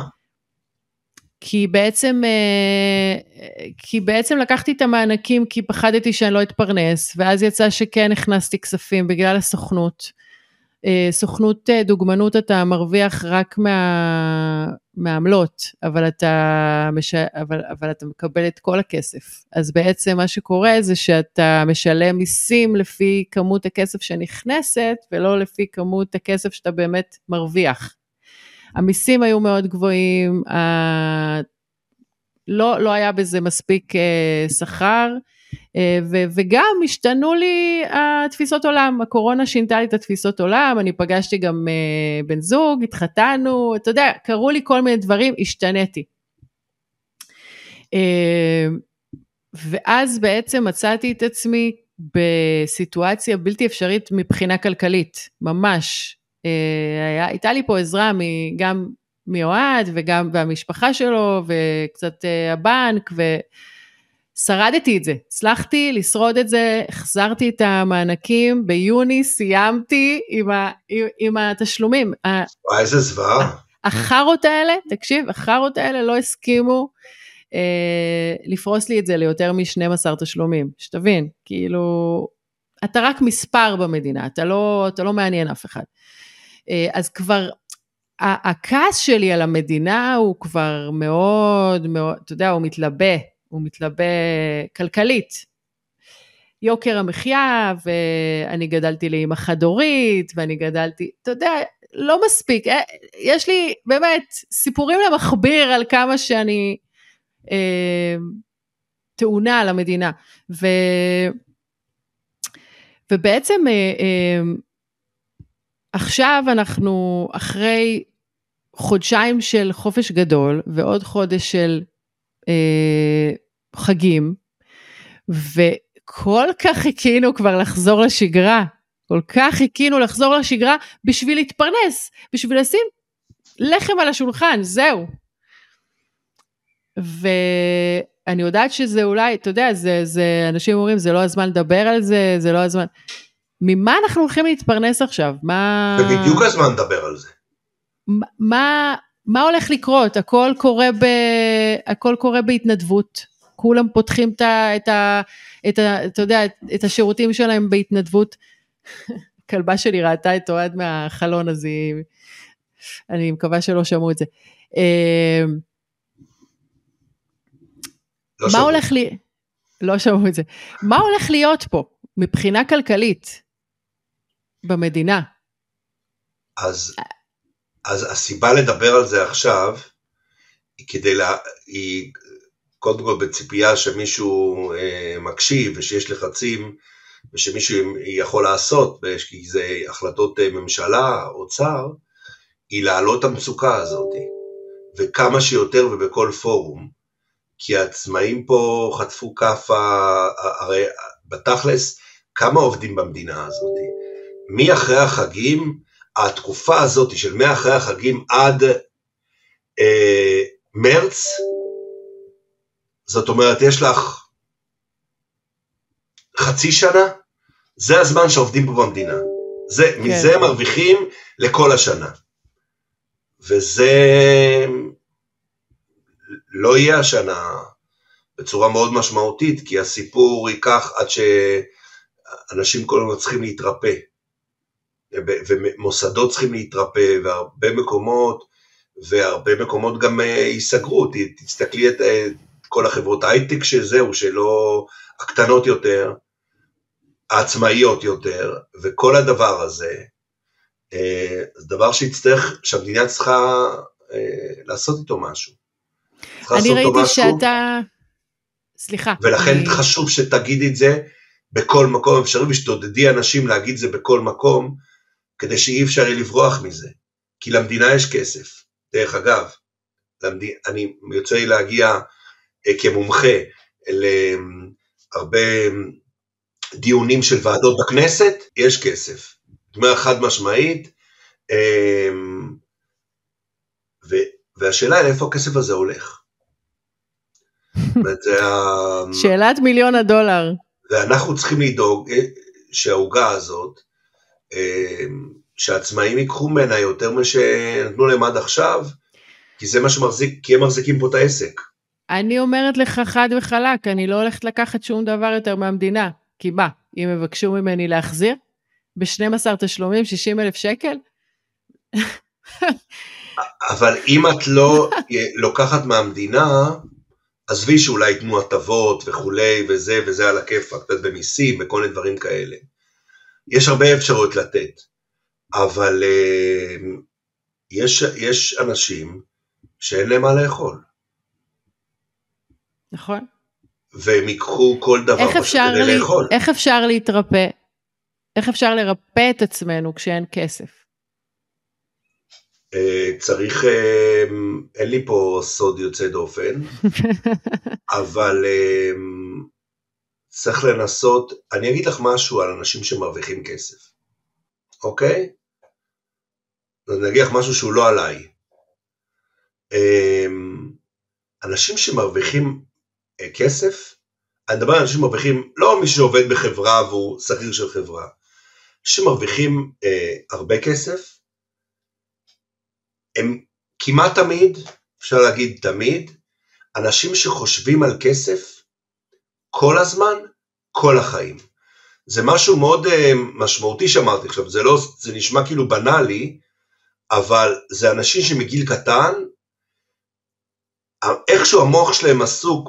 כי בעצם לקחתי את המענקים כי פחדתי שאני לא אתפרנס, ואז יצא שכן הכנסתי כספים בגלל הסוכנות. סוכנות דוגמנות אתה מרוויח רק מהעמלות, אבל אתה מקבל את כל הכסף. אז בעצם מה שקורה זה שאתה משלם מיסים לפי כמות הכסף שנכנסת, ולא לפי כמות הכסף שאתה באמת מרוויח. המיסים היו מאוד גבוהים, לא היה בזה מספיק שכר, וגם השתנו לי התפיסות עולם, הקורונה שינתה לי את התפיסות עולם, אני פגשתי גם בן זוג, התחתנו, אתה יודע, קראו לי כל מיני דברים, השתניתי. ואז בעצם מצאתי את עצמי בסיטואציה בלתי אפשרית מבחינה כלכלית, ממש. הייתה לי פה עזרה גם מאוהד וגם במשפחה שלו וקצת הבנק, ושרדתי את זה, הצלחתי לשרוד את זה, החזרתי את המענקים, ביוני סיימתי עם התשלומים. איזה זוועה. החרות האלה, תקשיב, החרות האלה לא הסכימו לפרוס לי את זה ליותר מ-12 תשלומים, שתבין, כאילו, אתה רק מספר במדינה, אתה לא מעניין אף אחד. אז כבר, הכעס שלי על המדינה הוא כבר מאוד, מאוד, אתה יודע, הוא מתלבא כלכלית. יוקר המחיה, ואני גדלתי לאמא חד-הורית, ואני גדלתי, אתה יודע, לא מספיק, יש לי באמת סיפורים למכביר על כמה שאני תאונה על המדינה, ובעצם עכשיו אנחנו אחרי חודשיים של חופש גדול, ועוד חודש של חגים, וכל כך חיכינו כבר לחזור לשגרה, כל כך חיכינו לחזור לשגרה, בשביל להתפרנס, בשביל לשים לחם על השולחן, זהו. ואני יודעת שזה אולי, אתה יודע, זה אנשים אומרים, זה לא הזמן לדבר על זה, זה לא הזמן. ממה אנחנו הולכים להתפרנס עכשיו? זה בדיוק הזמן לדבר על זה. מה הולך לקרות? הכל קורה בהתנדבות. כולם פותחים אתה יודע, את השירותים שלהם בהתנדבות. כלבה שלי ראתה את אוהד מהחלון, אז אני מקווה שלא שמעו את זה. לא שמעו את זה. מה הולך להיות פה, מבחינה כלכלית, במדינה? אז הסיבה לדבר על זה עכשיו, היא קודם כל בציפייה שמישהו מקשיב, ושיש לחצים, ושמישהו יכול לעשות, כי זה החלטות ממשלה, אוצר, היא להעלות את המצוקה הזאת, וכמה שיותר ובכל פורום, כי העצמאים פה חטפו כפה, הרי בתכלס, כמה עובדים במדינה הזאת, מי אחרי החגים, התקופה הזאת של מאחרי החגים עד מרץ, זאת אומרת, יש לך חצי שנה, זה הזמן שעובדים פה במדינה. מזה מרוויחים לכל השנה. וזה לא יהיה השנה בצורה מאוד משמעותית, כי הסיפור ייקח עד שאנשים כל הזמן צריכים להתרפא. ומוסדות צריכים להתרפא, והרבה מקומות גם ייסגרו. תסתכלי את כל החברות הייטק שזהו, שלא הקטנות יותר, העצמאיות יותר, וכל הדבר הזה, זה דבר שהמדינה צריכה לעשות איתו משהו. אני ראיתי שאתה, סליחה. ולכן חשוב שתגידי את זה בכל מקום אפשרי, ושתעודדי אנשים להגיד זה בכל מקום, כדי שאי אפשר לברוח מזה. כי למדינה יש כסף. דרך אגב, אני יוצא לי להגיע כמומחה להרבה דיונים של ועדות בכנסת, יש כסף. זאת אומרת, חד משמעית, והשאלה היא איפה הכסף הזה הולך. שאלת $1,000,000. ואנחנו צריכים לדאוג שההוגה הזאת, שהעצמאים ייקחו ממנה יותר מה שנתנו להם עד עכשיו, כי זה מה שמחזיק, כי הם מחזיקים פה את העסק. אני אומרת לך חד וחלק, אני לא הולכת לקחת שום דבר יותר מהמדינה, כי מה, אם מבקשו ממני להחזיר, ב-12 תשלומים, 60,000 שקל? אבל אם את לא לוקחת מהמדינה, עזבי שאולי יתנו הטבות וכולי, וזה על הכיף, קצת במיסים, וכל מיני דברים כאלה. יש הרבה אפשרויות לתת, אבל יש אנשים שאין להם מה לאכול. נכון. והם ייקחו כל דבר פשוט כדי לאכול. איך אפשר להתרפא? איך אפשר לרפא את עצמנו כשאין כסף? צריך, אין לי פה סוד יוצא דופן, אבל צריך לנסות, אני אגיד לך משהו על אנשים שמרוויחים כסף, אוקיי? אני אגיד לך משהו שהוא לא עליי. אנשים שמרוויחים כסף, אני מדבר על אנשים שמרוויחים, לא מי שעובד בחברה והוא שכיר של חברה, שמרוויחים הרבה כסף, הם כמעט תמיד, אפשר להגיד תמיד, אנשים שחושבים על כסף כל הזמן, כל החיים. זה משהו מאוד משמעותי שאמרתי עכשיו, זה נשמע כאילו בנאלי, אבל זה אנשים שמגיל קטן, איכשהו המוח שלהם עסוק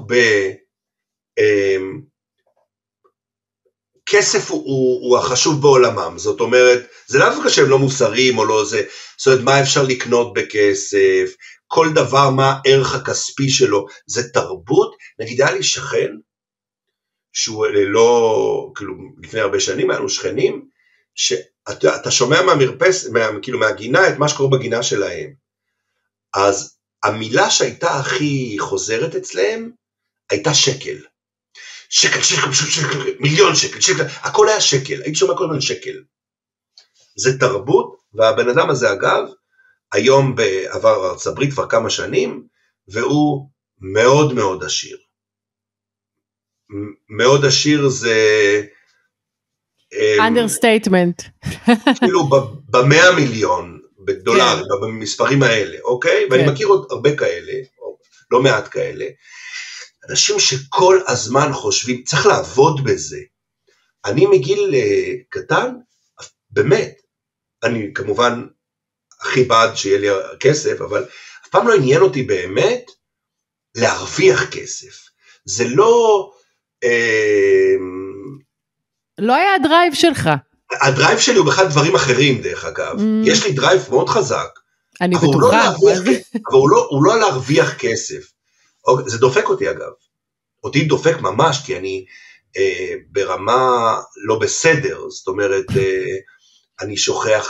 כסף הוא החשוב בעולמם, זאת אומרת, זה לא דווקא שהם לא מוסריים או לא זה, זאת אומרת, מה אפשר לקנות בכסף, כל דבר, מה הערך הכספי שלו, זה תרבות. נגיד, היה לי שכן, שהוא לא, כאילו, לפני הרבה שנים, היה לנו שכנים, שאתה שומע מהמרפס, כאילו, מהגינה, את מה שקורה בגינה שלהם, אז המילה שהייתה הכי חוזרת אצלהם, הייתה שקל. שקל, מיליון שקל, הכל היה שקל, הייתי שומע כל הזמן שקל. זה תרבות, והבן אדם הזה אגב, היום בעבר ארצות הברית כבר כמה שנים, והוא מאוד מאוד עשיר. מאוד עשיר זה... understatement. כאילו ב100 מיליון, בדולר, במספרים האלה, אוקיי? ואני מכיר עוד הרבה כאלה, לא מעט כאלה, אנשים שכל הזמן חושבים, צריך לעבוד בזה. אני מגיל קטן, באמת, אני כמובן הכי בעד שיהיה לי כסף, אבל אף פעם לא עניין אותי באמת להרוויח כסף. זה לא... לא היה הדרייב שלך. הדרייב שלי הוא בכלל דברים אחרים דרך אגב. יש לי דרייב מאוד חזק. אני בטוחה. אבל הוא לא להרוויח כסף. זה דופק אותי אגב. אותי דופק ממש, כי אני ברמה לא בסדר, זאת אומרת, אני שוכח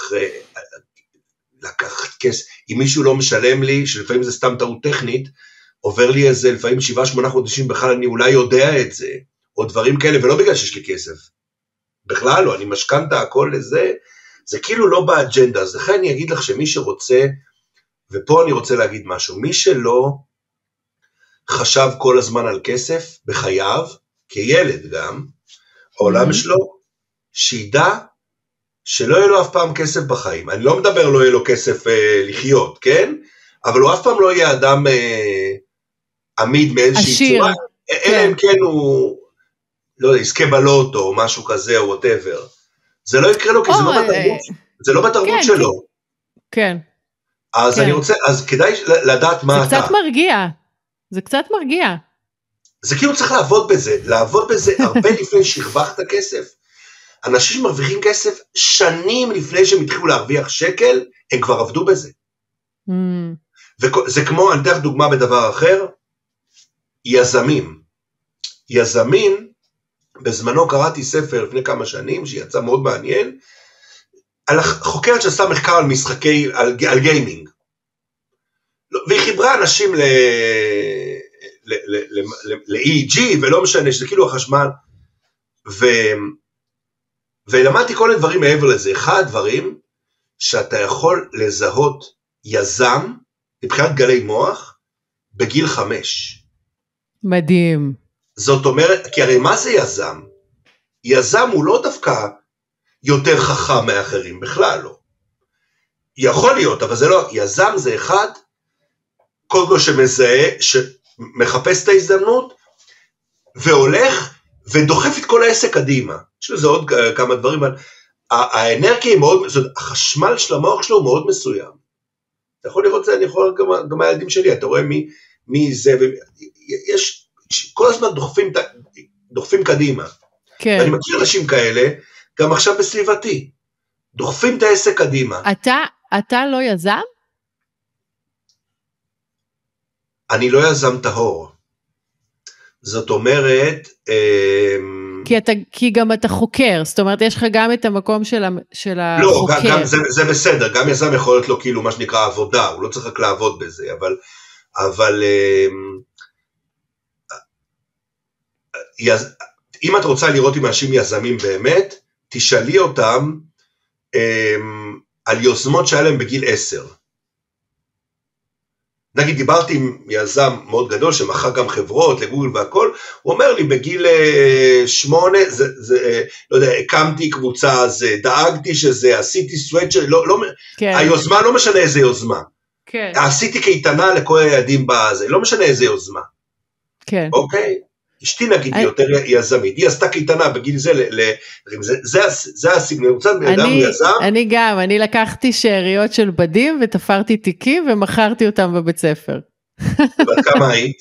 לקחת כסף, אם מישהו לא משלם לי, שלפעמים זה סתם טעות טכנית, עובר לי איזה לפעמים 7-8 חודשים, בכלל אני אולי יודע את זה, או דברים כאלה, ולא בגלל שיש לי כסף, בכלל לא, אני משכנתה הכל לזה, זה כאילו לא באג'נדה, אז לכן אני אגיד לך שמי שרוצה, ופה אני רוצה להגיד משהו, מי שלא חשב כל הזמן על כסף בחייו, כילד גם, העולם שלו, שידע שלא יהיה לו אף פעם כסף בחיים. אני לא מדבר לא יהיה לו כסף לחיות, כן? אבל הוא אף פעם לא יהיה אדם עמיד מאיזושהי צורה, אלא אם כן הוא, לא יודע, יזכה בלוטו או משהו כזה או whatever. זה לא יקרה לו כי זה לא בתרבות שלו. כן. אז אני רוצה, אז כדאי לדעת מה אתה. זה קצת מרגיע. זה קצת מרגיע. זה כאילו צריך לעבוד בזה הרבה לפני שהרווחת כסף. אנשים שמרוויחים כסף שנים לפני שהם התחילו להרוויח שקל, הם כבר עבדו בזה. וזה כמו, אני אתן דוגמה בדבר אחר, יזמים, בזמנו קראתי ספר לפני כמה שנים, שיצא מאוד מעניין, על חוקרת שעשה מחקר על משחקי, על גיימינג. והיא חיברה אנשים ל-EG, ולא משנה, שזה כאילו החשמל, ולמדתי כל הדברים מעבר לזה. אחד הדברים, שאתה יכול לזהות יזם, מבחינת גלי מוח, בגיל 5. מדהים. זאת אומרת, כי הרי מה זה יזם? יזם הוא לא דווקא יותר חכם מאחרים, בכלל לא. יכול להיות, אבל זה לא, יזם זה אחד, קודם כל שמזהה, שמחפש את ההזדמנות, והולך ודוחף את כל העסק קדימה. יש לזה עוד כמה דברים, האנרגיה היא מאוד, זאת, החשמל של המוח שלו הוא מאוד מסוים. אתה יכול לראות את זה, אני יכול גם הילדים שלי, אתה רואה מי זה, יש, כל הזמן דוחפים קדימה. כן. ואני מכיר אנשים כאלה, גם עכשיו בסביבתי, דוחפים את העסק קדימה. אתה לא יזם? אני לא יזם טהור. זאת אומרת, כי גם אתה חוקר, זאת אומרת, יש לך גם את המקום של החוקר. לא, גם זה בסדר, גם יזם יכול להיות לו כאילו מה שנקרא עבודה, הוא לא צריך רק לעבוד בזה, אבל אם את רוצה לראות עם אנשים יזמים באמת, תשאלי אותם על יוזמות שהיה להם בגיל 10. נגיד, דיברתי עם יזם מאוד גדול, שמכר גם חברות לגוגל והכל, הוא אומר לי, בגיל 8, לא יודע, הקמתי קבוצה, דאגתי שזה, עשיתי סוואצ'ר, כן. היוזמה לא משנה איזה יוזמה. כן. עשיתי קייטנה לכל הילדים בזה, לא משנה איזה יוזמה. כן. אוקיי? אשתי נגיד יותר יזמית, היא עשתה קייטנה בגיל זה הסיגנל, הוא קצת מאדם יזם. אני לקחתי שאריות של בדים ותפרתי תיקים ומכרתי אותם בבית ספר. ואת כמה היית?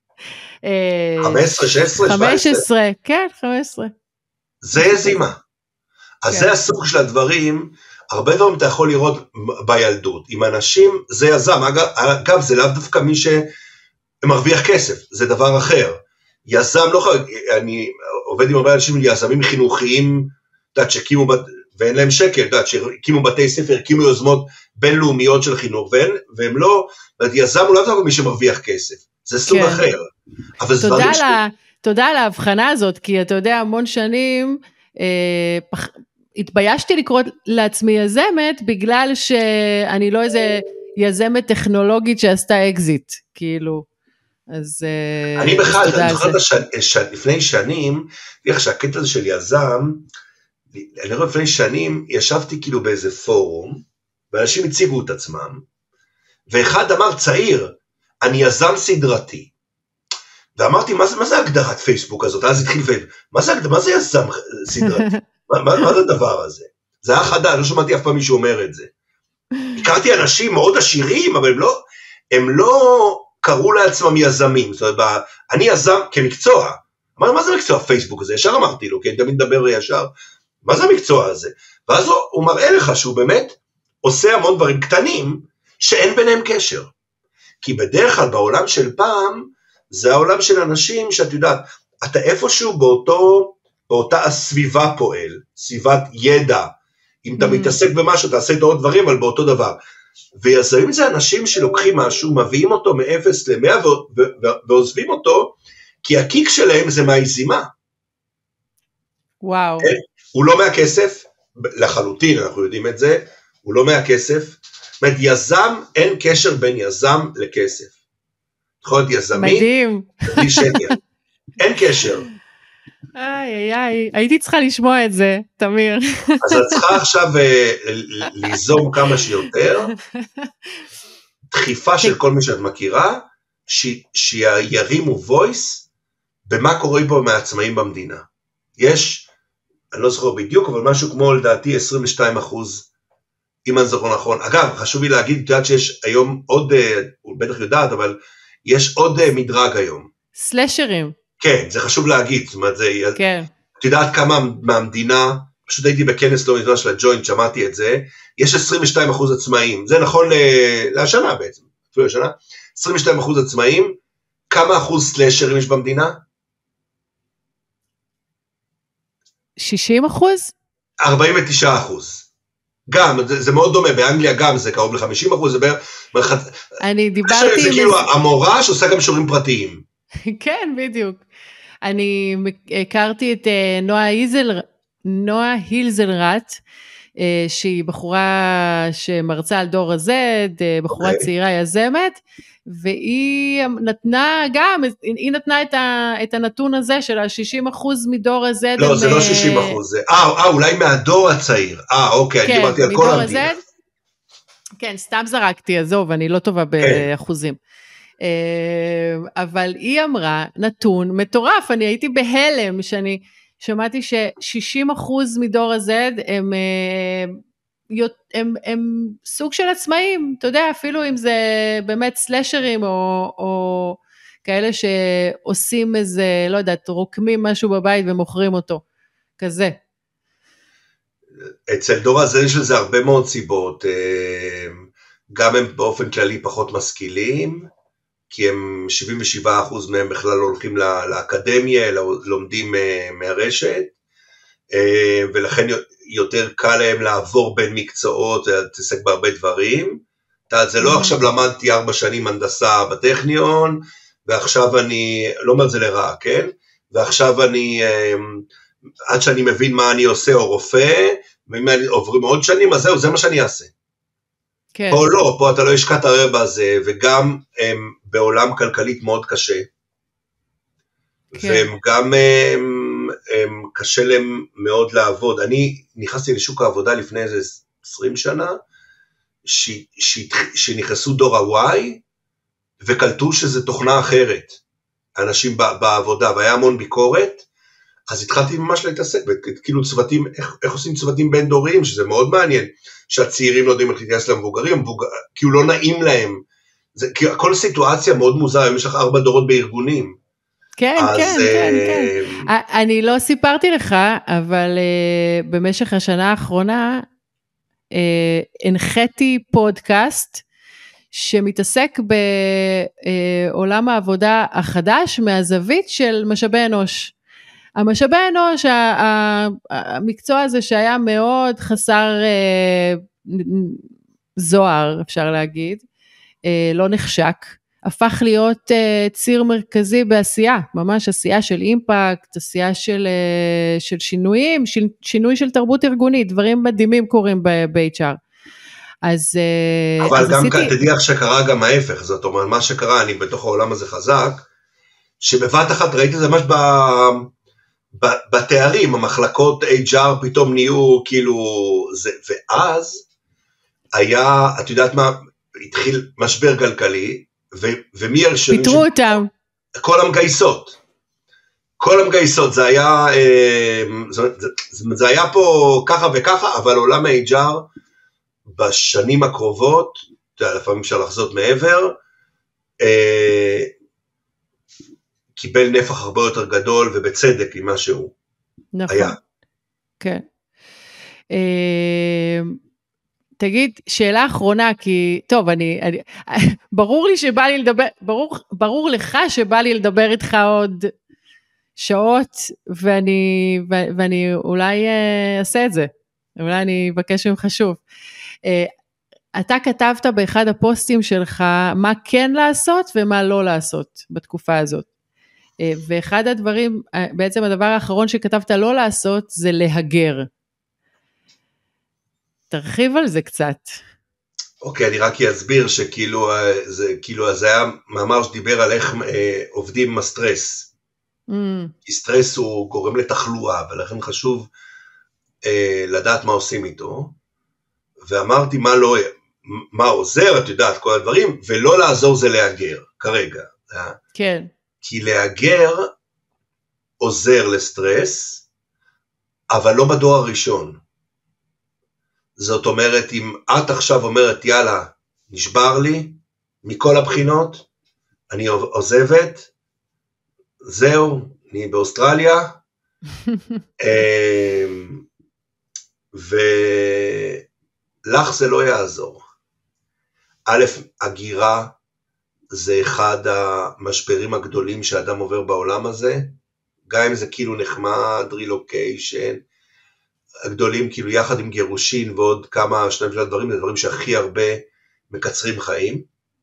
15, 16, 15, כן, 15. זה יזימה. אז זה הסוג של הדברים, הרבה דברים אתה יכול לראות בילדות, עם אנשים זה יזם, אגב זה לאו דווקא מי שמרוויח כסף, זה דבר אחר. יזם, אני עובד עם הרבה אנשים יזמים חינוכיים, שהקימו, ואין להם שקל, שהקימו בתי ספר, הקימו יוזמות בינלאומיות של חינוך, והם לא, יזם הוא לא דווקא מי שמרוויח כסף, זה סוג אחר. תודה על ההבחנה הזאת, כי אתה יודע, המון שנים, התביישתי לקרוא לעצמי יזמת, בגלל שאני לא איזה יזמת טכנולוגית שעשתה אקזיט, כאילו. אז אני בכלל, אני זוכרת לפני שנים, איך שהקטע הזה של יזם, אני רואה לפני שנים, ישבתי כאילו באיזה פורום, ואנשים הציגו את עצמם, ואחד אמר צעיר, אני יזם סדרתי, ואמרתי, מה זה הגדרת פייסבוק הזאת? אז התחיל פייסבוק, מה זה יזם סדרתי? מה זה הדבר הזה? זה היה חדש, לא שמעתי אף פעם מישהו אומר את זה. הכרתי אנשים מאוד עשירים, אבל הם לא קראו לעצמם יזמים, זאת אומרת, אני יזם כמקצוע, אמרתי, מה זה מקצוע פייסבוק הזה? ישר אמרתי לו, כי אני תמיד מדבר ישר, מה זה המקצוע הזה? ואז הוא מראה לך שהוא באמת עושה המון דברים קטנים, שאין ביניהם קשר. כי בדרך כלל בעולם של פעם, זה העולם של אנשים שאת יודעת, אתה איפשהו באותה הסביבה פועל, סביבת ידע, אם אתה מתעסק במשהו, תעשה את עוד דברים, אבל באותו דבר. ויזמים זה אנשים שלוקחים משהו, מביאים אותו מ-0 ל-100 ועוזבים אותו, כי הקיק שלהם זה מהיזימה. וואו. הוא לא מהכסף, לחלוטין אנחנו יודעים את זה, הוא לא מהכסף, זאת אומרת, יזם, אין קשר בין יזם לכסף. יכול להיות יזמי, מדהים. בלי שקל. אין קשר. הייתי צריכה לשמוע את זה, תמיר. אז את צריכה עכשיו ליזום כמה שיותר, דחיפה של כל מי שאת מכירה, שירימו וויס, במה קורה פה מהעצמאים במדינה. יש, אני לא זוכר בדיוק, אבל משהו כמו לדעתי 22%, אם אני זוכר נכון. אגב, חשוב לי להגיד, את יודעת שיש היום עוד, הוא בטח יודעת, אבל יש עוד מדרג היום. סלשרים. כן, זה חשוב להגיד, זאת אומרת, כן. את יודעת כמה מהמדינה, פשוט הייתי בכנס לא מזמן של הג'וינט, שמעתי את זה, יש 22% עצמאים, זה נכון לשנה בעצם, אפילו לשנה, 22% עצמאים, כמה אחוז סלשרים יש במדינה? 60%? 49%. גם, זה מאוד דומה, באנגליה גם זה קרוב ל-50%, זה בערך, אני דיברתי זה כאילו המורה שעושה גם שיעורים פרטיים. כן, בדיוק. אני הכרתי את נועה הילזלרט, שהיא בחורה שמרצה על דור ה-Z, בחורה צעירה יזמת, והיא נתנה גם, היא נתנה את הנתון הזה של ה-60% מדור ה-Z. לא, זה לא 60%, זה, אולי מהדור הצעיר, אוקיי, אני דיברתי על כל המדינה. כן, סתם זרקתי, עזוב, אני לא טובה באחוזים. אבל היא אמרה, נתון מטורף, אני הייתי בהלם, שאני שמעתי ש60% מדור ה-Z הם סוג של עצמאים, אתה יודע, אפילו אם זה באמת סלשרים, או כאלה שעושים איזה, לא יודעת, רוקמים משהו בבית ומוכרים אותו, כזה. אצל דור ה-Z יש לזה הרבה מאוד סיבות, גם הם באופן כללי פחות משכילים, כי הם 77% מהם בכלל לא הולכים לאקדמיה, אלא לומדים מהרשת, ולכן יותר קל להם לעבור בין מקצועות, תעסק בהרבה דברים, זה לא עכשיו למדתי 4 שנים הנדסה בטכניון, ועכשיו אני, לא אומר זה לרעה, כן? ועכשיו אני, עד שאני מבין מה אני עושה או רופא, ואם עוברים עוד שנים, אז זהו, זה מה שאני אעשה. כן. פה לא, פה אתה לא השקעת הרבה בזה, וגם בעולם כלכלית מאוד קשה, כן. והם גם קשה להם מאוד לעבוד. אני נכנסתי לשוק העבודה לפני איזה 20 שנה, שנכנסו דור ה-Y, וקלטו שזה תוכנה אחרת, אנשים בעבודה, והיה המון ביקורת, אז התחלתי ממש להתעסק, כאילו צוותים, איך עושים צוותים בין דוריים, שזה מאוד מעניין, שהצעירים לא יודעים איך להתייחס למבוגרים, כאילו לא נעים להם, כי כל סיטואציה מאוד מוזרה, יש לך 4 דורות בארגונים. כן, כן. אני לא סיפרתי לך, אבל במשך השנה האחרונה, הנחיתי פודקאסט, שמתעסק בעולם העבודה החדש, מהזווית של משאבי אנוש. המשאבי אנוש, המקצוע הזה שהיה מאוד חסר זוהר, אפשר להגיד, לא נחשק, הפך להיות ציר מרכזי בעשייה, ממש עשייה של אימפקט, עשייה של שינויים, שינוי של תרבות ארגונית, דברים מדהימים קורים ב-HR. אבל גם תדעי שקרה גם ההפך, זאת אומרת, מה שקרה, אני בתוך העולם הזה חזק, שבבת אחת ראיתי זה ממש בתארים, המחלקות HR פתאום נהיו כאילו, ואז היה, את יודעת מה, התחיל משבר כלכלי, ומי הראשונים? פיתרו אותם. כל המגייסות, זה היה פה ככה וככה, אבל עולם ה-HR, בשנים הקרובות, לפעמים אפשר לחזות מעבר, קיבל נפח הרבה יותר גדול, ובצדק עם מה שהוא היה. כן. תגיד, שאלה אחרונה, כי, טוב, ברור לי שבא לי לדבר, ברור לך שבא לי לדבר איתך עוד שעות, ואני אולי אעשה את זה, אולי אני אבקש ממך שוב. אתה כתבת באחד הפוסטים שלך, מה כן לעשות ומה לא לעשות בתקופה הזאת. ואחד הדברים, בעצם הדבר האחרון שכתבת לא לעשות, זה להגר. תרחיב על זה קצת. אוקיי, אני רק אסביר שכאילו, זה היה מאמר שדיבר על איך עובדים עם הסטרס. כי סטרס הוא גורם לתחלואה, ולכן חשוב לדעת מה עושים איתו. ואמרתי מה עוזר, את יודעת, כל הדברים, ולא לעזור זה להגר, כרגע. כן. כי להגר עוזר לסטרס, אבל לא בדור הראשון. זאת אומרת, אם את עכשיו אומרת, יאללה, נשבר לי, מכל הבחינות, אני עוזבת, זהו, אני באוסטרליה, ולך זה לא יעזור. א', הגירה זה אחד המשברים הגדולים שאדם עובר בעולם הזה, גם אם זה כאילו נחמד, רילוקיישן, הגדולים כאילו יחד עם גירושין ועוד כמה שניים של הדברים, זה דברים שהכי הרבה מקצרים חיים.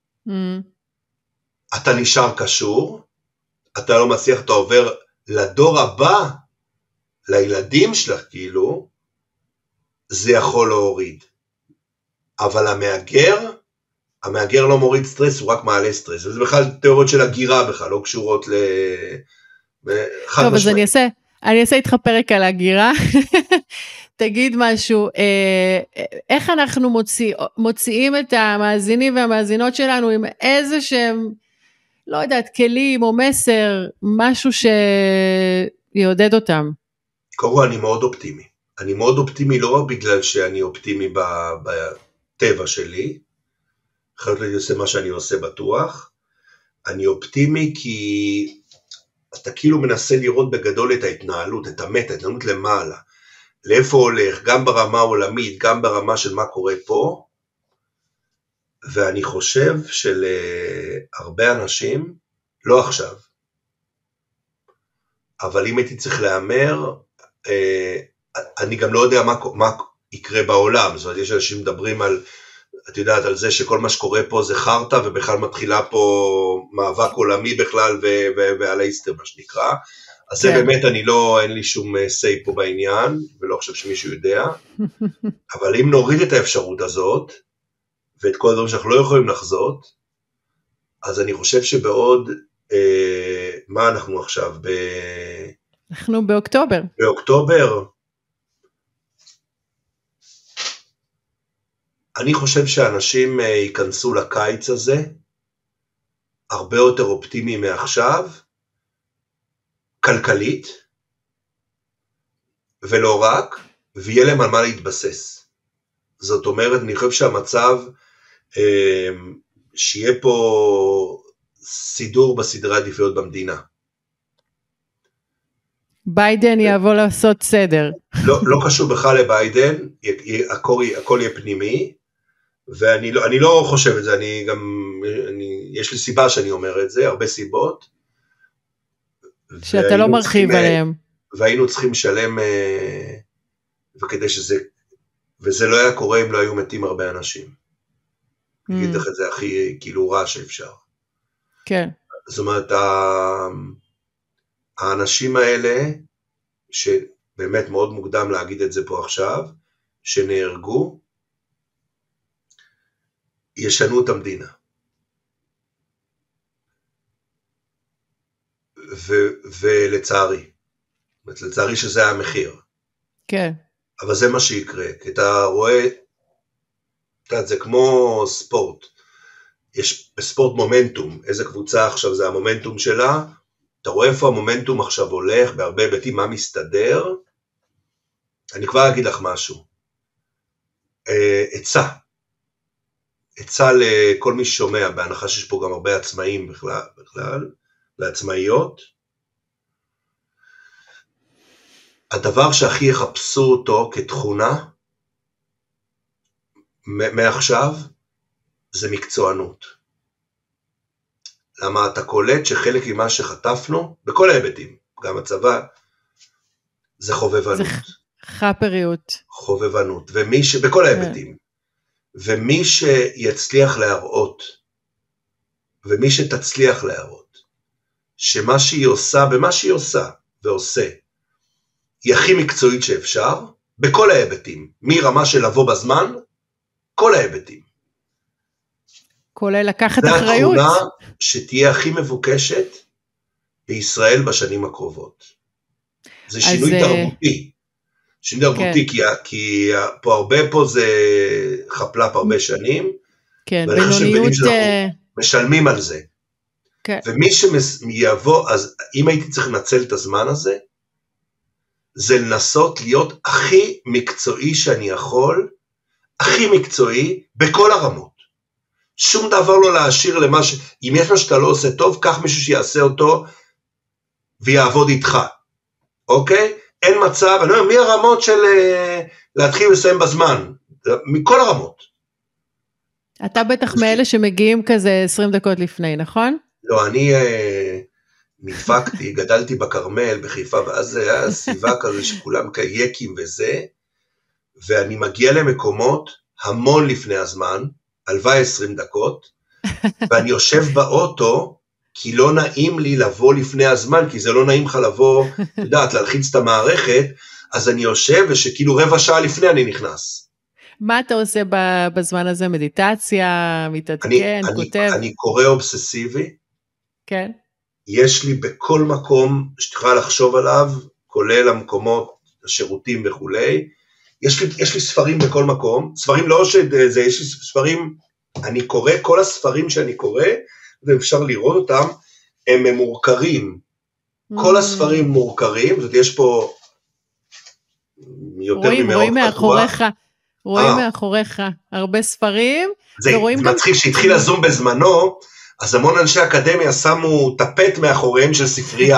אתה נשאר קשור, אתה לא מצליח, אתה עובר לדור הבא, לילדים שלך כאילו, זה יכול להוריד. אבל המאגר לא מוריד סטרס, הוא רק מעלה סטרס. וזה בכלל תיאוריות של הגירה בכלל, לא קשורות טוב, אז אני אעשה איתך פרק על הגירה. תגיד משהו, איך אנחנו מוציאים את המאזינים והמאזינות שלנו עם איזה שהם, לא יודעת, כלים או מסר, משהו שיעודד אותם? קודם, אני מאוד אופטימי. אני מאוד אופטימי לא רק בגלל שאני אופטימי בטבע שלי, אחרת אני עושה מה שאני עושה בטוח, אני אופטימי כי אתה כאילו מנסה לראות בגדול את ההתנהלות, את ההתנהלות למעלה, לאיפה הולך, גם ברמה העולמית, גם ברמה של מה קורה פה, ואני חושב שלהרבה אנשים, לא עכשיו, אבל אם הייתי צריך לאמר, אני גם לא יודע מה יקרה בעולם, זאת אומרת, יש אנשים מדברים על, את יודעת, על זה שכל מה שקורה פה זה חרטה, ובכלל מתחילה פה מאבק עולמי בכלל, ועל האיסטר מה שנקרא, אז זה באמת, אין לי שום סי פה בעניין, ולא חושב שמישהו יודע, אבל אם נוריד את האפשרות הזאת, ואת כל הדברים שאנחנו לא יכולים לחזות, אז אני חושב שבעוד, מה אנחנו עכשיו? אנחנו באוקטובר. באוקטובר, אני חושב שאנשים ייכנסו לקיץ הזה, הרבה יותר אופטימיים מעכשיו, כלכלית, ולא רק, ויהיה להם על מה להתבסס. זאת אומרת, אני חושב שהמצב, שיהיה פה סידור בסדרי עדיפויות במדינה. ביידן יבוא לעשות סדר. לא קשור בכלל לביידן, הכל יהיה פנימי, ואני לא חושב את זה, יש לי סיבה שאני אומר את זה, הרבה סיבות. שאתה לא מרחיב עליהם. והיינו צריכים לשלם, וכדי שזה, וזה לא היה קורה אם לא היו מתים הרבה אנשים. נגיד לך את זה הכי כאילו רע שאפשר. כן. זאת אומרת, האנשים האלה, שבאמת מאוד מוקדם להגיד את זה פה עכשיו, שנהרגו, ישנו את המדינה. ולצערי, לצערי שזה המחיר. כן. אבל זה מה שיקרה, כי אתה רואה, זה כמו ספורט, יש בספורט מומנטום, איזה קבוצה עכשיו זה המומנטום שלה, אתה רואה איפה המומנטום עכשיו הולך, בהרבה היבטים, מה מסתדר, אני כבר אגיד לך משהו, עצה לכל מי ששומע, בהנחה שיש פה גם הרבה עצמאים בכלל, ועצמאיות, הדבר שהכי יחפשו אותו כתכונה, מעכשיו, זה מקצוענות. למה אתה קולט שחלק ממה שחטפנו, בכל ההיבטים, גם הצבא, זה חובבנות. זה חפריות. חובבנות, בכל ההיבטים. ומי שיצליח להראות, ומי שתצליח להראות, שמה שהיא עושה, במה שהיא עושה ועושה, היא הכי מקצועית שאפשר, בכל ההיבטים, מרמה של לבוא בזמן, כל ההיבטים. כולל לקחת אחריות. זה התכונה שתהיה הכי מבוקשת בישראל בשנים הקרובות. זה שינוי תרבותי. שינוי תרבותי, כי הרבה פה זה חפלפ הרבה שנים, כן, בינוניות משלמים על זה. ומי שיבוא, אז אם הייתי צריך לנצל את הזמן הזה, זה לנסות להיות הכי מקצועי שאני יכול, הכי מקצועי בכל הרמות. שום דבר לא להשאיר למה אם יש מה שאתה לא עושה טוב, קח מישהו שיעשה אותו, ויעבוד איתך. אוקיי? אין מצב, אני אומר, מי הרמות של להתחיל לסיים בזמן? מכל הרמות. אתה בטח מאלה שמגיעים כזה 20 דקות לפני, נכון? לא, אני נדפקתי, גדלתי בקרמל, בחיפה, ואז היה סביבה כזה שכולם קייקים וזה, ואני מגיע למקומות המון לפני הזמן, הלוואי 20 דקות, ואני יושב באוטו, כי לא נעים לי לבוא לפני הזמן, כי זה לא נעים לך לבוא, יודעת, להלחיץ את המערכת, אז אני יושב, ושכאילו רבע שעה לפני אני נכנס. מה אתה עושה בזמן הזה? מדיטציה, מתעדכן, כותב? אני קורא אובססיבי. כן. יש לי בכל מקום שתוכל לחשוב עליו, כולל המקומות, השירותים וכולי, יש לי ספרים בכל מקום, ספרים לא שזה, יש לי ספרים, אני קורא, כל הספרים שאני קורא, ואפשר לראות אותם, הם מורכרים, כל הספרים מורכרים, זאת יש פה יותר ממאות חתומה. רואים מאחוריך הרבה ספרים, זה מצחיק שהתחיל לזום בזמנו, אז המון אנשי אקדמיה שמו טפט מאחוריהם של ספרייה.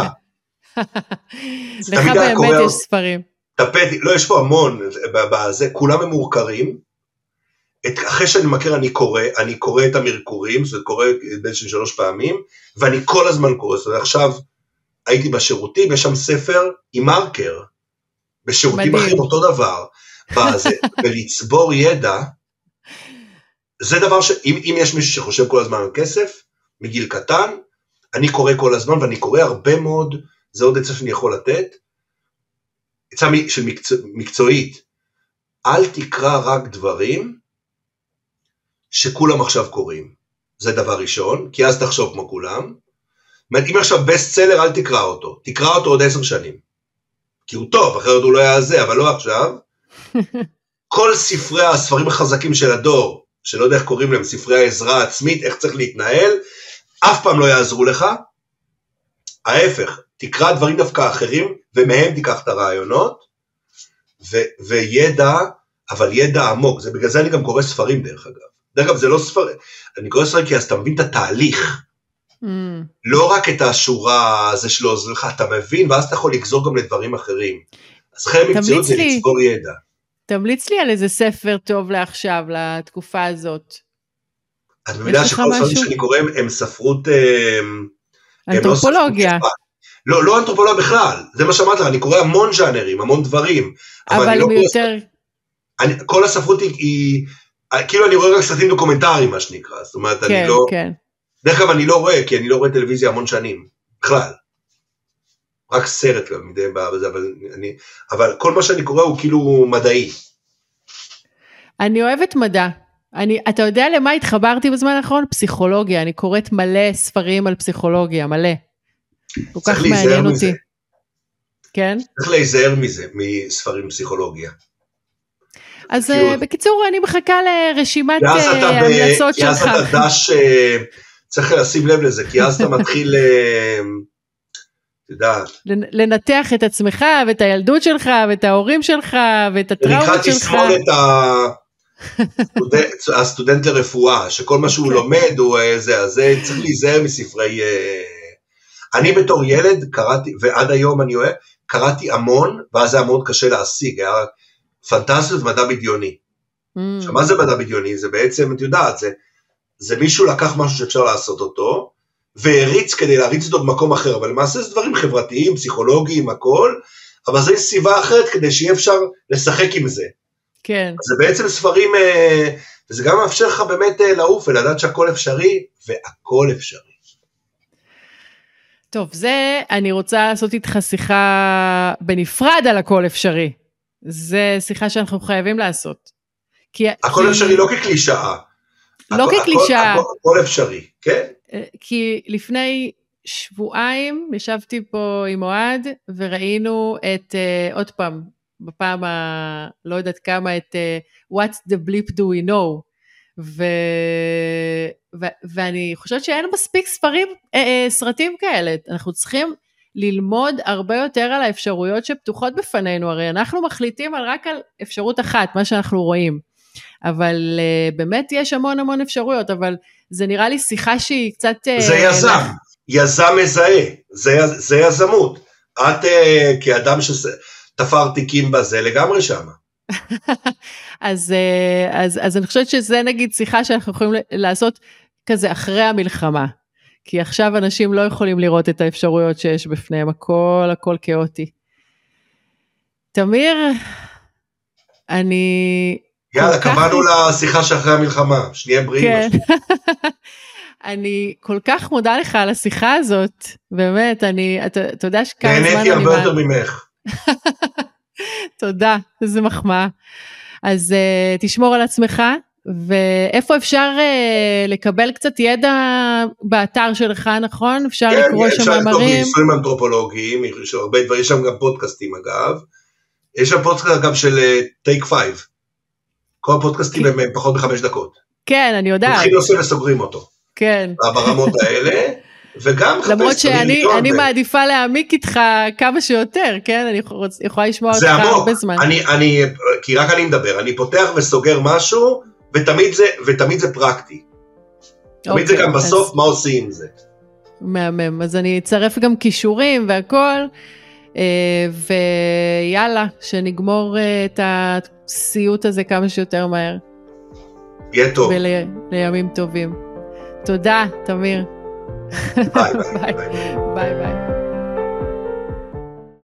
לך באמת יש ספרים. טפט, לא, יש פה המון, כולם הם מורכרים, אחרי שאני מכיר אני קורא את המרקורים, זה קורה בעצם 3 פעמים, ואני כל הזמן קורא, זאת אומרת, עכשיו הייתי בשירותים, יש שם ספר עם מרקר, בשירותים אחרים אותו דבר, ולצבור ידע, זה דבר אם יש מישהו שחושב כל הזמן על כסף, מגיל קטן, אני קורא כל הזמן, ואני קורא הרבה מאוד, זה עוד עצה שאני יכול לתת, עצה של מקצועית, אל תקרא רק דברים, שכולם עכשיו קוראים, זה דבר ראשון, כי אז תחשוב כמו כולם, אם עכשיו בסט סלר אל תקרא אותו, תקרא אותו עוד 10 שנים, כי הוא טוב, אחרת הוא לא יעזה, אבל לא עכשיו, כל הספרים החזקים של הדור, שלא יודע איך קוראים להם, ספרי העזרה העצמית, איך צריך להתנהל, אף פעם לא יעזרו לך, ההפך, תקרא דברים דווקא אחרים, ומהם תיקח את הרעיונות, וידע, אבל ידע עמוק, זה בגלל זה אני גם קורא ספרים דרך אגב, דרך אגב זה לא ספרים, אני קורא ספרים כי אז אתה מבין את התהליך, לא רק את השורה הזה שלו, אז לך אתה מבין, ואז אתה יכול לגזור גם לדברים אחרים, אז חלק מקצועיות זה לצבור ידע. תמליץ לי על איזה ספר טוב לעכשיו, לתקופה הזאת. את מבינה שכל ספרים שאני קורא הם ספרות... אנתרופולוגיה. לא אנתרופולוגיה בכלל, זה מה שאמרת לך, אני קורא המון ז'אנרים, המון דברים. אבל הם יותר... כל הספרות היא... כאילו אני רואה רק סרטים דוקומנטריים, מה שנקרא, זאת אומרת, אני לא... דרך כלל אני לא רואה, כי אני לא רואה טלוויזיה המון שנים, בכלל. רק סרט מדי בזה, אבל כל מה שאני קורא הוא כאילו מדעי. אני אוהבת מדע. אתה יודע למה התחברתי בזמן האחרון? פסיכולוגיה. אני קוראת מלא ספרים על פסיכולוגיה, מלא. כל כך מעניין אותי. כן? צריך להיזהר מזה, מספרים פסיכולוגיה. אז בקיצור, אני מחכה לרשימת המלצות שלך. כי אז אתה דש, צריך לשים לב לזה, כי אז אתה מתחיל... לנתח את עצמך, ואת הילדות שלך, ואת ההורים שלך, ואת הטראומות שלך. נקרא תסמול את הסטודנט לרפואה, שכל מה שהוא לומד הוא זה, אז צריך להיזהר מספרי... אני בתור ילד קראתי, ועד היום אני אוהב, קראתי המון, ואז זה היה מאוד קשה להשיג, היה פנטסטיות מדע בדיוני. עכשיו, מה זה מדע בדיוני? זה בעצם, את יודעת, זה מישהו לקח משהו שאפשר לעשות אותו, והריץ כדי להריץ אותו במקום אחר, אבל למעשה זה דברים חברתיים, פסיכולוגיים, הכל, אבל זה סביבה אחרת כדי שיהיה אפשר לשחק עם זה. כן. זה בעצם ספרים, וזה גם מאפשר לך באמת לעוף, ולדעת שהכל אפשרי, והכל אפשרי. טוב, זה, אני רוצה לעשות איתך שיחה בנפרד על הכל אפשרי. זה שיחה שאנחנו חייבים לעשות. הכל אפשרי לא כקלישאה. לא כקלישאה. הכל אפשרי, כן? כי לפני שבועיים ישבתי פה עם אוהד, וראינו את, עוד פעם, בפעם לא יודעת כמה, את What's the bleep do we know, ואני חושבת שאין מספיק סרטים כאלה, אנחנו צריכים ללמוד הרבה יותר על האפשרויות שפתוחות בפנינו, הרי אנחנו מחליטים רק על אפשרות אחת, מה שאנחנו רואים, אבל באמת יש המון המון אפשרויות, אבל זה נראה לי שיחה שהיא קצת... זה יזם מזהה, זה יזמות, את כאדם שתפר תיקים בזה לגמרי שמה. אז אני חושבת שזה נגיד שיחה שאנחנו יכולים לעשות כזה אחרי המלחמה, כי עכשיו אנשים לא יכולים לראות את האפשרויות שיש בפניהם, הכל כאוטי. תמיר, אני... יאללה, קבענו לשיחה שאחרי המלחמה, שנהיה בריאים. כן. אני כל כך מודה לך על השיחה הזאת, באמת, אתה יודע שכמה זמן אני... נהניתי הרבה יותר ממך. תודה, איזה מחמאה. אז תשמור על עצמך, ואיפה אפשר לקבל קצת ידע באתר שלך, נכון? אפשר לקרוא שם מאמרים? כן, אפשר לקרוא ניסויים אנתרופולוגיים, יש הרבה דברים, יש שם גם פודקאסטים אגב, יש שם פודקאסט אגב של Take 5, כל הפודקאסטים הם פחות מ5 דקות. כן, אני יודעת. מתחיל נושא וסוגרים אותו. כן. ברמות האלה, וגם למרות שאני מעדיפה להעמיק איתך כמה שיותר, כן? אני יכולה לשמוע אותך הרבה זמן. כי רק אני מדבר, אני פותח וסוגר משהו, ותמיד זה פרקטי. תמיד זה גם בסוף מה עושים עם זה. מהמם, אז אני אצרף גם קישורים והכל, ויאללה, שנגמור את הסיוט הזה כמה שיותר מהר. יהיה טוב. ולימים טובים. תודה, תמיר. ביי ביי. ביי ביי.